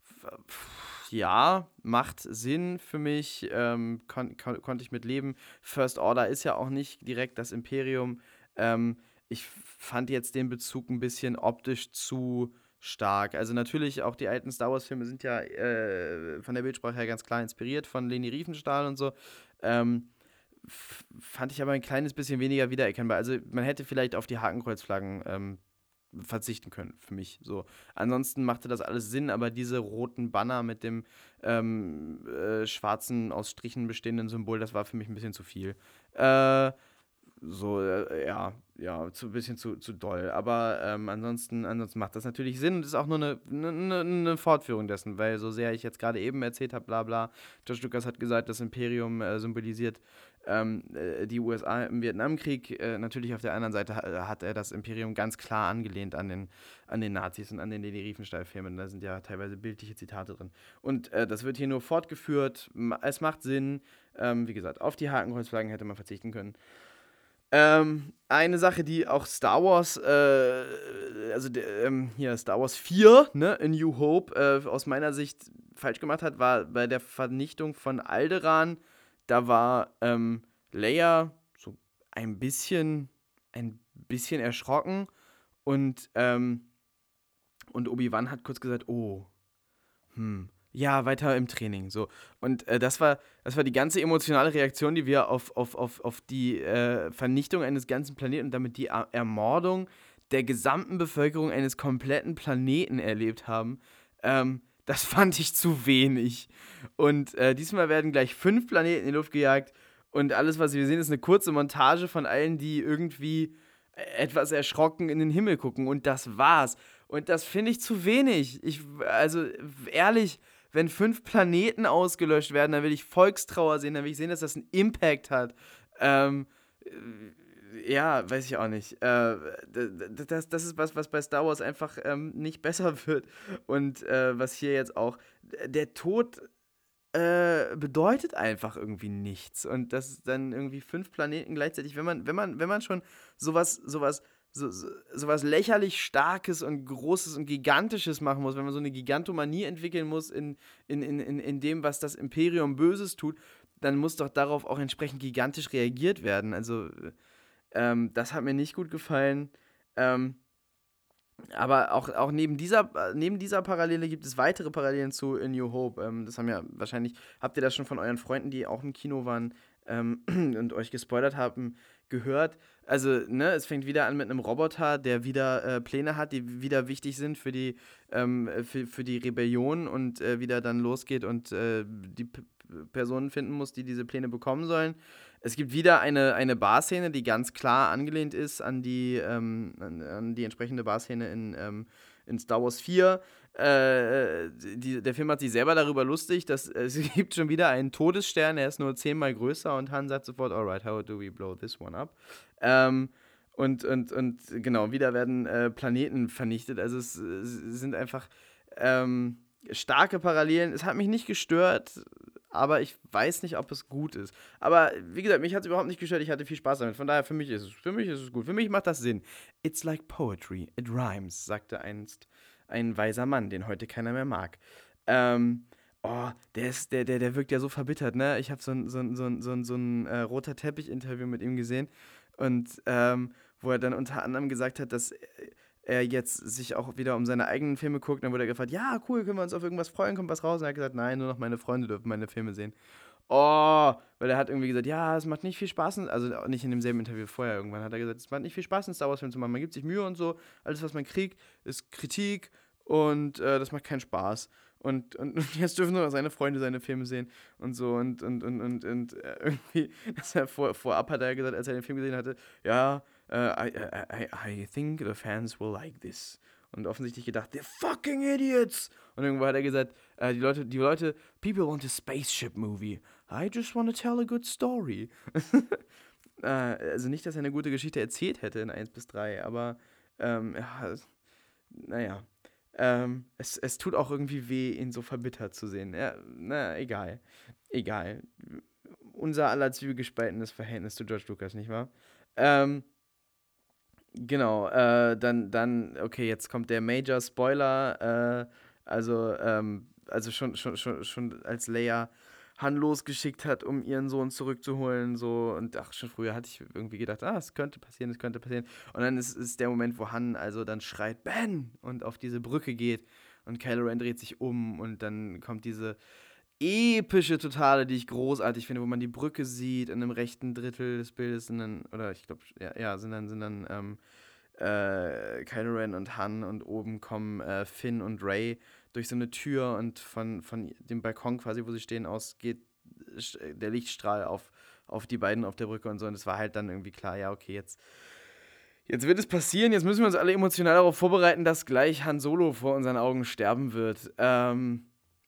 f- ja, macht Sinn für mich, ähm, kon kon konnte ich mit leben. First Order ist ja auch nicht direkt das Imperium. Ähm, ich fand jetzt den Bezug ein bisschen optisch zu stark. Also natürlich auch die alten Star Wars-Filme sind ja äh, von der Bildsprache her ganz klar inspiriert von Leni Riefenstahl und so. Ähm, f- Fand ich aber ein kleines bisschen weniger wiedererkennbar. Also man hätte vielleicht auf die Hakenkreuzflaggen ähm, verzichten können, für mich. So. Ansonsten machte das alles Sinn, aber diese roten Banner mit dem ähm, äh, schwarzen, aus Strichen bestehenden Symbol, das war für mich ein bisschen zu viel. Äh, so, äh, ja, ja, zu, ein bisschen zu, zu doll. Aber ähm, ansonsten, ansonsten macht das natürlich Sinn und ist auch nur eine, eine, eine Fortführung dessen, weil so sehr ich jetzt gerade eben erzählt habe, bla bla, George Lucas hat gesagt, das Imperium äh, symbolisiert ähm, äh, die U S A im Vietnamkrieg. Äh, natürlich auf der anderen Seite ha hat er das Imperium ganz klar angelehnt an den, an den Nazis und an den Leni Riefenstahl-Filmen. Da sind ja teilweise bildliche Zitate drin. Und äh, das wird hier nur fortgeführt. Es macht Sinn. Ähm, wie gesagt, auf die Hakenkreuzflaggen hätte man verzichten können. Ähm, eine Sache, die auch Star Wars, äh, also der, ähm, hier Star Wars vier, ne, in New Hope, äh, aus meiner Sicht falsch gemacht hat, war bei der Vernichtung von Alderaan. Da war ähm, Leia so ein bisschen, ein bisschen erschrocken und, ähm, und Obi-Wan hat kurz gesagt, oh, hm, ja, weiter im Training, so. Und äh, das war, das war die ganze emotionale Reaktion, die wir auf, auf, auf, auf die äh, Vernichtung eines ganzen Planeten und damit die Er- Ermordung der gesamten Bevölkerung eines kompletten Planeten erlebt haben. Ähm, das fand ich zu wenig. Und äh, diesmal werden gleich fünf Planeten in die Luft gejagt und alles, was wir sehen, ist eine kurze Montage von allen, die irgendwie etwas erschrocken in den Himmel gucken und das war's. Und das finde ich zu wenig. Ich, also ehrlich, wenn fünf Planeten ausgelöscht werden, dann will ich Volkstrauer sehen, dann will ich sehen, dass das einen Impact hat. Ähm, äh, ja, weiß ich auch nicht. Äh, das, das ist was, was bei Star Wars einfach ähm, nicht besser wird. Und äh, was hier jetzt auch, der Tod äh, bedeutet einfach irgendwie nichts. Und das ist dann irgendwie fünf Planeten gleichzeitig, wenn man, wenn man, wenn man schon sowas, sowas, so, so, sowas lächerlich Starkes und Großes und Gigantisches machen muss, wenn man so eine Gigantomanie entwickeln muss in, in, in, in, in dem, was das Imperium Böses tut, dann muss doch darauf auch entsprechend gigantisch reagiert werden. Also, ähm, das hat mir nicht gut gefallen. Ähm, aber auch, auch neben dieser, äh, neben dieser Parallele gibt es weitere Parallelen zu A New Hope. Ähm, das haben ja wahrscheinlich, habt ihr das schon von euren Freunden, die auch im Kino waren ähm, und euch gespoilert haben, gehört. Also, ne, es fängt wieder an mit einem Roboter, der wieder äh, Pläne hat, die wieder wichtig sind für die, ähm, für, für die Rebellion und äh, wieder dann losgeht und äh, die P Personen finden muss, die diese Pläne bekommen sollen. Es gibt wieder eine, eine Barszene, die ganz klar angelehnt ist an die, ähm, an, an die entsprechende Barszene in, ähm, in Star Wars vier. Äh, die, der Film hat sich selber darüber lustig, dass äh, es gibt schon wieder einen Todesstern, der ist nur zehnmal größer und Han sagt sofort, alright, how do we blow this one up? Ähm, und, und, und genau, wieder werden äh, Planeten vernichtet. Also es, es sind einfach ähm, starke Parallelen. Es hat mich nicht gestört, aber ich weiß nicht, ob es gut ist. Aber wie gesagt, mich hat es überhaupt nicht gestört. Ich hatte viel Spaß damit. Von daher, für mich ist es, für mich ist es gut. Für mich macht das Sinn. It's like poetry. It rhymes, sagte einst ein weiser Mann, den heute keiner mehr mag. Ähm, oh, der ist, der, der, der wirkt ja so verbittert, ne? Ich habe so ein, so ein, so ein, so ein, so ein äh, roter Teppich-Interview mit ihm gesehen. Und ähm, wo er dann unter anderem gesagt hat, dass er jetzt sich auch wieder um seine eigenen Filme guckt. Dann wurde er gefragt, ja, cool, können wir uns auf irgendwas freuen, kommt was raus? Und er hat gesagt, nein, nur noch meine Freunde dürfen meine Filme sehen. Oh, weil er hat irgendwie gesagt, ja, es macht nicht viel Spaß, also nicht in demselben Interview vorher irgendwann, hat er gesagt, es macht nicht viel Spaß, einen Star Wars-Film zu machen. Man gibt sich Mühe und so, alles, was man kriegt, ist Kritik und äh, das macht keinen Spaß. Und, und, und jetzt dürfen nur noch seine Freunde seine Filme sehen und so und, und, und, und, und äh, irgendwie, dass er vor, vorab hat er gesagt, als er den Film gesehen hatte, ja, uh, I, I, I think the fans will like this. Und offensichtlich gedacht, they're fucking idiots. Und irgendwo hat er gesagt, äh, die Leute, die Leute, people want a spaceship movie. I just want to tell a good story. äh, also nicht, dass er eine gute Geschichte erzählt hätte in eins bis drei, aber ähm, ja, naja. Ähm, es, es tut auch irgendwie weh, ihn so verbittert zu sehen. Ja, na, egal. Egal. Unser aller zwiegespaltenes Verhältnis zu George Lucas, nicht wahr? Ähm, genau, äh, dann, dann, okay, jetzt kommt der Major Spoiler, äh, also, ähm, also schon, schon, schon, schon als Leia Han losgeschickt hat, um ihren Sohn zurückzuholen, so, und ach, schon früher hatte ich irgendwie gedacht, ah, es könnte passieren, es könnte passieren. Und dann ist, ist der Moment, wo Han also dann schreit, Ben! Und auf diese Brücke geht und Kylo Ren dreht sich um und dann kommt diese epische Totale, die ich großartig finde, wo man die Brücke sieht in dem rechten Drittel des Bildes sind dann, oder ich glaube, ja, ja, sind dann, sind dann ähm, äh, Kylo Ren und Han und oben kommen äh, Finn und Rey durch so eine Tür und von, von dem Balkon quasi, wo sie stehen, aus geht der Lichtstrahl auf, auf die beiden auf der Brücke und so und es war halt dann irgendwie klar, ja, okay, jetzt, jetzt wird es passieren, jetzt müssen wir uns alle emotional darauf vorbereiten, dass gleich Han Solo vor unseren Augen sterben wird. Ähm,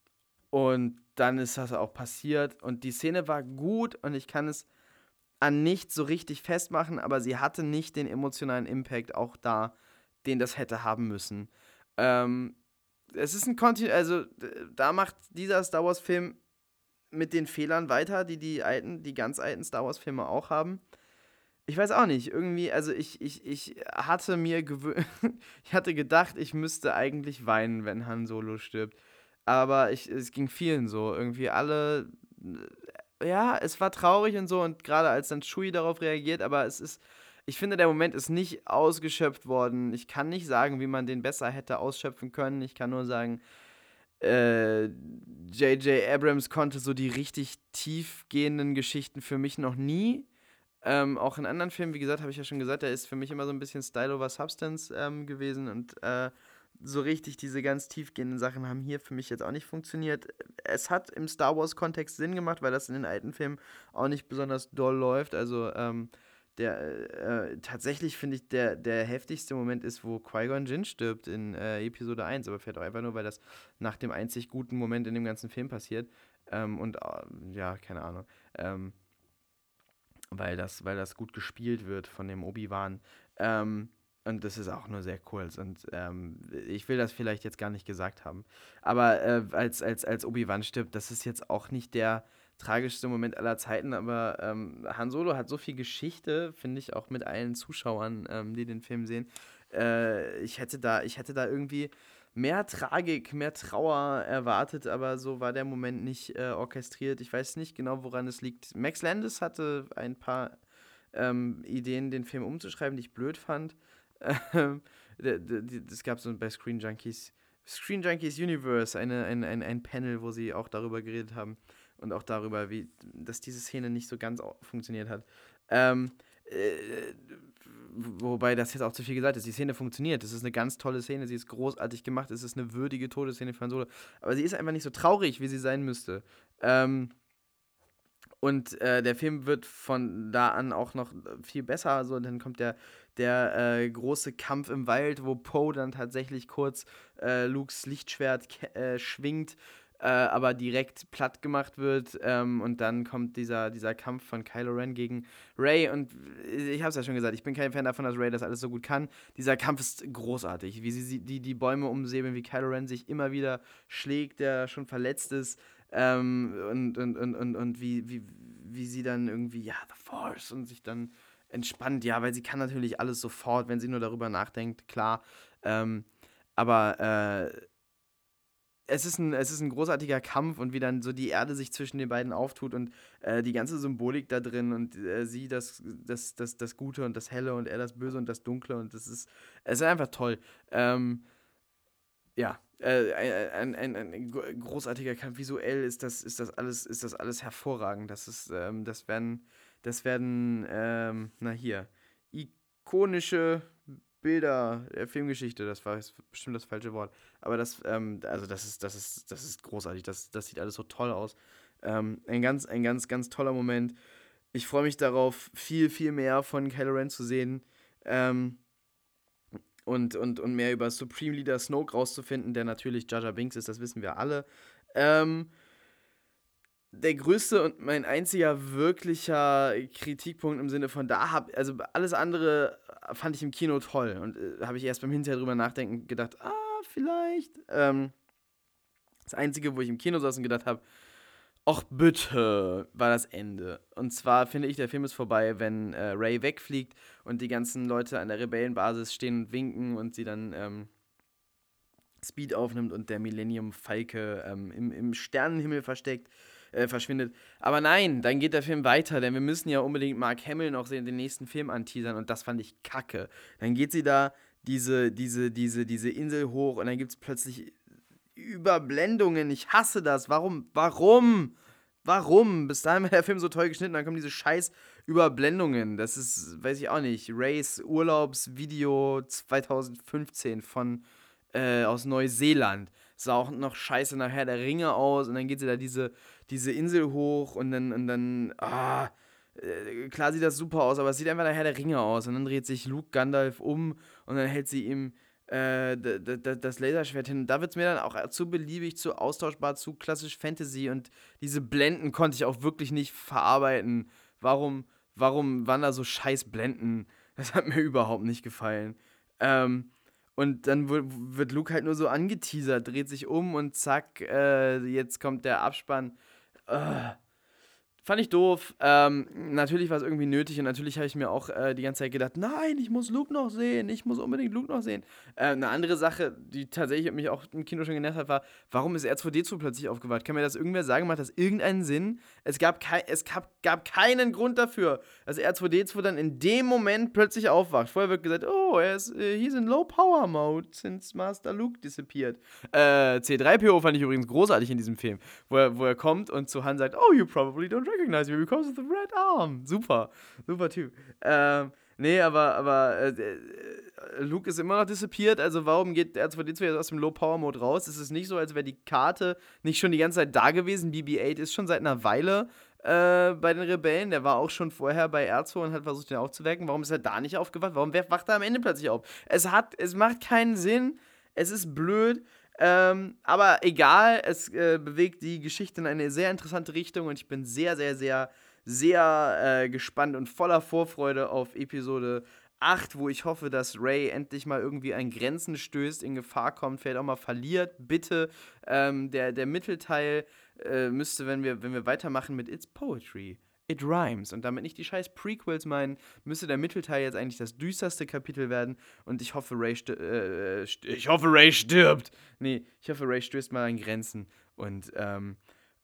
und dann ist das auch passiert und die Szene war gut und ich kann es an nichts so richtig festmachen, aber sie hatte nicht den emotionalen Impact auch da, den das hätte haben müssen. Ähm, es ist ein Kontinuum, also da macht dieser Star Wars Film mit den Fehlern weiter, die die alten, die ganz alten Star Wars Filme auch haben. Ich weiß auch nicht, irgendwie, also ich, ich, ich hatte mir gewö- ich hatte gedacht, ich müsste eigentlich weinen, wenn Han Solo stirbt. Aber ich, es ging vielen so. Irgendwie alle, äh, ja, es war traurig und so und gerade als dann Chewie darauf reagiert, aber es ist, ich finde, der Moment ist nicht ausgeschöpft worden. Ich kann nicht sagen, wie man den besser hätte ausschöpfen können. Ich kann nur sagen, äh, J J. Abrams konnte so die richtig tiefgehenden Geschichten für mich noch nie. Ähm, auch in anderen Filmen, wie gesagt, habe ich ja schon gesagt, der ist für mich immer so ein bisschen Style over Substance ähm, gewesen und äh, so richtig diese ganz tiefgehenden Sachen haben hier für mich jetzt auch nicht funktioniert. Es hat im Star Wars-Kontext Sinn gemacht, weil das in den alten Filmen auch nicht besonders doll läuft. Also ähm, der äh, tatsächlich finde ich, der, der heftigste Moment ist, wo Qui-Gon Jinn stirbt in äh, Episode eins, aber vielleicht auch einfach nur, weil das nach dem einzig guten Moment in dem ganzen Film passiert. Ähm, und äh, ja, keine Ahnung. Ähm, weil das, weil das gut gespielt wird von dem Obi-Wan. Ähm, und das ist auch nur sehr kurz. Und ähm, ich will das vielleicht jetzt gar nicht gesagt haben. Aber äh, als, als, als Obi-Wan stirbt, das ist jetzt auch nicht der tragischste Moment aller Zeiten. Aber ähm, Han Solo hat so viel Geschichte, finde ich, auch mit allen Zuschauern, ähm, die den Film sehen. Äh, ich hätte da, ich hätte da irgendwie mehr Tragik, mehr Trauer erwartet, aber so war der Moment nicht äh, orchestriert. Ich weiß nicht genau, woran es liegt. Max Landis hatte ein paar ähm, Ideen, den Film umzuschreiben, die ich blöd fand. Ähm, Es gab so bei Screen Junkies, Screen Junkies Universe eine, ein, ein, ein Panel, wo sie auch darüber geredet haben und auch darüber, wie, dass diese Szene nicht so ganz funktioniert hat. Ähm, äh, Wobei das jetzt auch zu viel gesagt ist. Die Szene funktioniert. Das ist eine ganz tolle Szene. Sie ist großartig gemacht. Es ist eine würdige Todesszene für Han Solo. Aber sie ist einfach nicht so traurig, wie sie sein müsste. Ähm, und äh, der Film wird von da an auch noch viel besser. Also dann kommt der, der äh, große Kampf im Wald, wo Poe dann tatsächlich kurz äh, Lukes Lichtschwert ke- äh, schwingt, äh, aber direkt platt gemacht wird. Ähm, und dann kommt dieser, dieser Kampf von Kylo Ren gegen Rey. Und ich habe es ja schon gesagt, ich bin kein Fan davon, dass Rey das alles so gut kann. Dieser Kampf ist großartig, wie sie die, die Bäume umsäbeln, wie Kylo Ren sich immer wieder schlägt, der schon verletzt ist. Ähm, und, und, und, und, und wie, wie, wie sie dann irgendwie, ja, The Force und sich dann entspannt, ja, weil sie kann natürlich alles sofort, wenn sie nur darüber nachdenkt, klar. Ähm, aber äh, es ist, ein, es ist ein großartiger Kampf und wie dann so die Erde sich zwischen den beiden auftut und äh, die ganze Symbolik da drin und äh, sie das, das, das, das Gute und das Helle und er das Böse und das Dunkle und das ist, es ist einfach toll. Ähm, ja, äh, ein, ein, ein, ein großartiger Kampf. Visuell ist das, ist das alles, ist das alles hervorragend. Das ist, ähm, das werden, das werden, ähm, na hier, ikonische Bilder der Filmgeschichte. Das war jetzt bestimmt das falsche Wort. Aber das, ähm, also das ist, das ist, das ist großartig. Das, das sieht alles so toll aus. Ähm, ein ganz, ein ganz, ganz toller Moment. Ich freue mich darauf, viel, viel mehr von Kylo Ren zu sehen. Ähm, und, und, und mehr über Supreme Leader Snoke rauszufinden, der natürlich Jar Jar Binks ist, das wissen wir alle. Ähm, der größte und mein einziger wirklicher Kritikpunkt im Sinne von da hab, also alles andere fand ich im Kino toll und äh, habe ich erst beim Hinterher drüber nachdenken gedacht, ah, vielleicht. Ähm, das Einzige, wo ich im Kino saß und gedacht habe, ach bitte, war das Ende. Und zwar finde ich, der Film ist vorbei, wenn äh, Rey wegfliegt und die ganzen Leute an der Rebellenbasis stehen und winken und sie dann ähm, Speed aufnimmt und der Millennium Falke ähm, im, im Sternenhimmel versteckt, äh, verschwindet. Aber nein, dann geht der Film weiter, denn wir müssen ja unbedingt Mark Hamill noch sehen, den nächsten Film anteasern und das fand ich kacke. Dann geht sie da diese, diese, diese, diese Insel hoch und dann gibt es plötzlich Überblendungen. Ich hasse das. Warum? Warum? Warum? Bis dahin war der Film so toll geschnitten, dann kommen diese scheiß Überblendungen. Das ist, weiß ich auch nicht, Rays Urlaubsvideo zwanzig fünfzehn von äh, aus Neuseeland. Sah auch noch scheiße nach Herr der Ringe aus und dann geht sie da diese, diese Insel hoch und dann, und dann, ah, äh, klar sieht das super aus, aber es sieht einfach nach Herr der Ringe aus und dann dreht sich Luke Gandalf um und dann hält sie ihm äh, d- d- d- das Laserschwert hin. Da wird es mir dann auch zu beliebig, zu austauschbar, zu klassisch Fantasy und diese Blenden konnte ich auch wirklich nicht verarbeiten. Warum, warum waren da so scheiß Blenden? Das hat mir überhaupt nicht gefallen. Ähm, und dann wu- wird Luke halt nur so angeteasert, dreht sich um und zack, äh, jetzt kommt der Abspann. Äh, Fand ich doof. Ähm, natürlich war es irgendwie nötig und natürlich habe ich mir auch äh, die ganze Zeit gedacht, nein, ich muss Luke noch sehen, ich muss unbedingt Luke noch sehen. Äh, eine andere Sache, die tatsächlich mich auch im Kino schon genervt hat, war, warum ist R zwei D zwei plötzlich aufgewacht? Kann mir das irgendwer sagen? Macht das irgendeinen Sinn? Es gab, kei es gab, gab keinen Grund dafür, dass R zwei D zwei dann in dem Moment plötzlich aufwacht. Vorher wird gesagt, oh, er ist, äh, he's in Low Power Mode, since Master Luke disappeared. Äh, C drei P O fand ich übrigens großartig in diesem Film, wo er, wo er kommt und zu Han sagt, oh, you probably don't recognize me because of the red arm. Super, super Typ. Ähm, nee, aber, aber äh, äh, Luke ist immer noch disappeared, also warum geht R zwei D zwei jetzt aus dem Low-Power-Mode raus? Es ist nicht so, als wäre die Karte nicht schon die ganze Zeit da gewesen. B B acht ist schon seit einer Weile äh, bei den Rebellen. Der war auch schon vorher bei R zwei und hat versucht, den aufzuwecken. Warum ist er da nicht aufgewacht? Warum wacht er am Ende plötzlich auf? Es hat, es macht keinen Sinn. Es ist blöd. Ähm, aber egal, es äh, bewegt die Geschichte in eine sehr interessante Richtung und ich bin sehr, sehr, sehr, sehr äh, gespannt und voller Vorfreude auf Episode acht, wo ich hoffe, dass Rey endlich mal irgendwie an Grenzen stößt, in Gefahr kommt, vielleicht auch mal verliert. Bitte, ähm, der, der Mittelteil äh, müsste, wenn wir, wenn wir weitermachen mit It's Poetry, It Rhymes und damit nicht die scheiß Prequels meinen, müsste der Mittelteil jetzt eigentlich das düsterste Kapitel werden und ich hoffe, Rey sti- äh, st- ich hoffe, Rey stirbt. Nee, ich hoffe, Rey stößt mal an Grenzen und, ähm,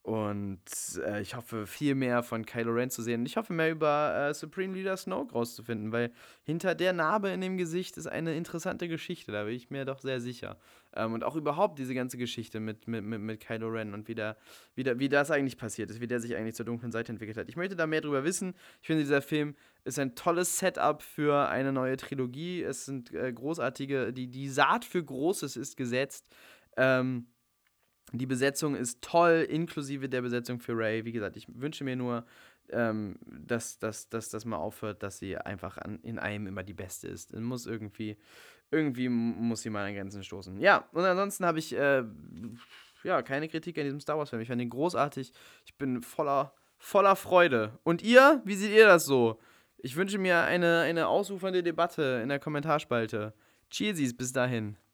und äh, ich hoffe, viel mehr von Kylo Ren zu sehen. Und ich hoffe, mehr über äh, Supreme Leader Snoke rauszufinden, weil hinter der Narbe in dem Gesicht ist eine interessante Geschichte, da bin ich mir doch sehr sicher. Ähm, und auch überhaupt diese ganze Geschichte mit, mit, mit, mit Kylo Ren und wie, der, wie, der, wie das eigentlich passiert ist, wie der sich eigentlich zur dunklen Seite entwickelt hat. Ich möchte da mehr drüber wissen. Ich finde, dieser Film ist ein tolles Setup für eine neue Trilogie. Es sind äh, großartige, die, die Saat für Großes ist gesetzt. Ähm, die Besetzung ist toll, inklusive der Besetzung für Rey. Wie gesagt, ich wünsche mir nur, ähm, dass, dass, dass das mal aufhört, dass sie einfach an, in einem immer die Beste ist. Es muss irgendwie, irgendwie muss sie mal an Grenzen stoßen. Ja, und ansonsten habe ich, äh, ja, keine Kritik an diesem Star Wars-Film. Ich fand ihn großartig. Ich bin voller, voller Freude. Und ihr? Wie seht ihr das so? Ich wünsche mir eine, eine ausufernde Debatte in der Kommentarspalte. Cheersies, bis dahin.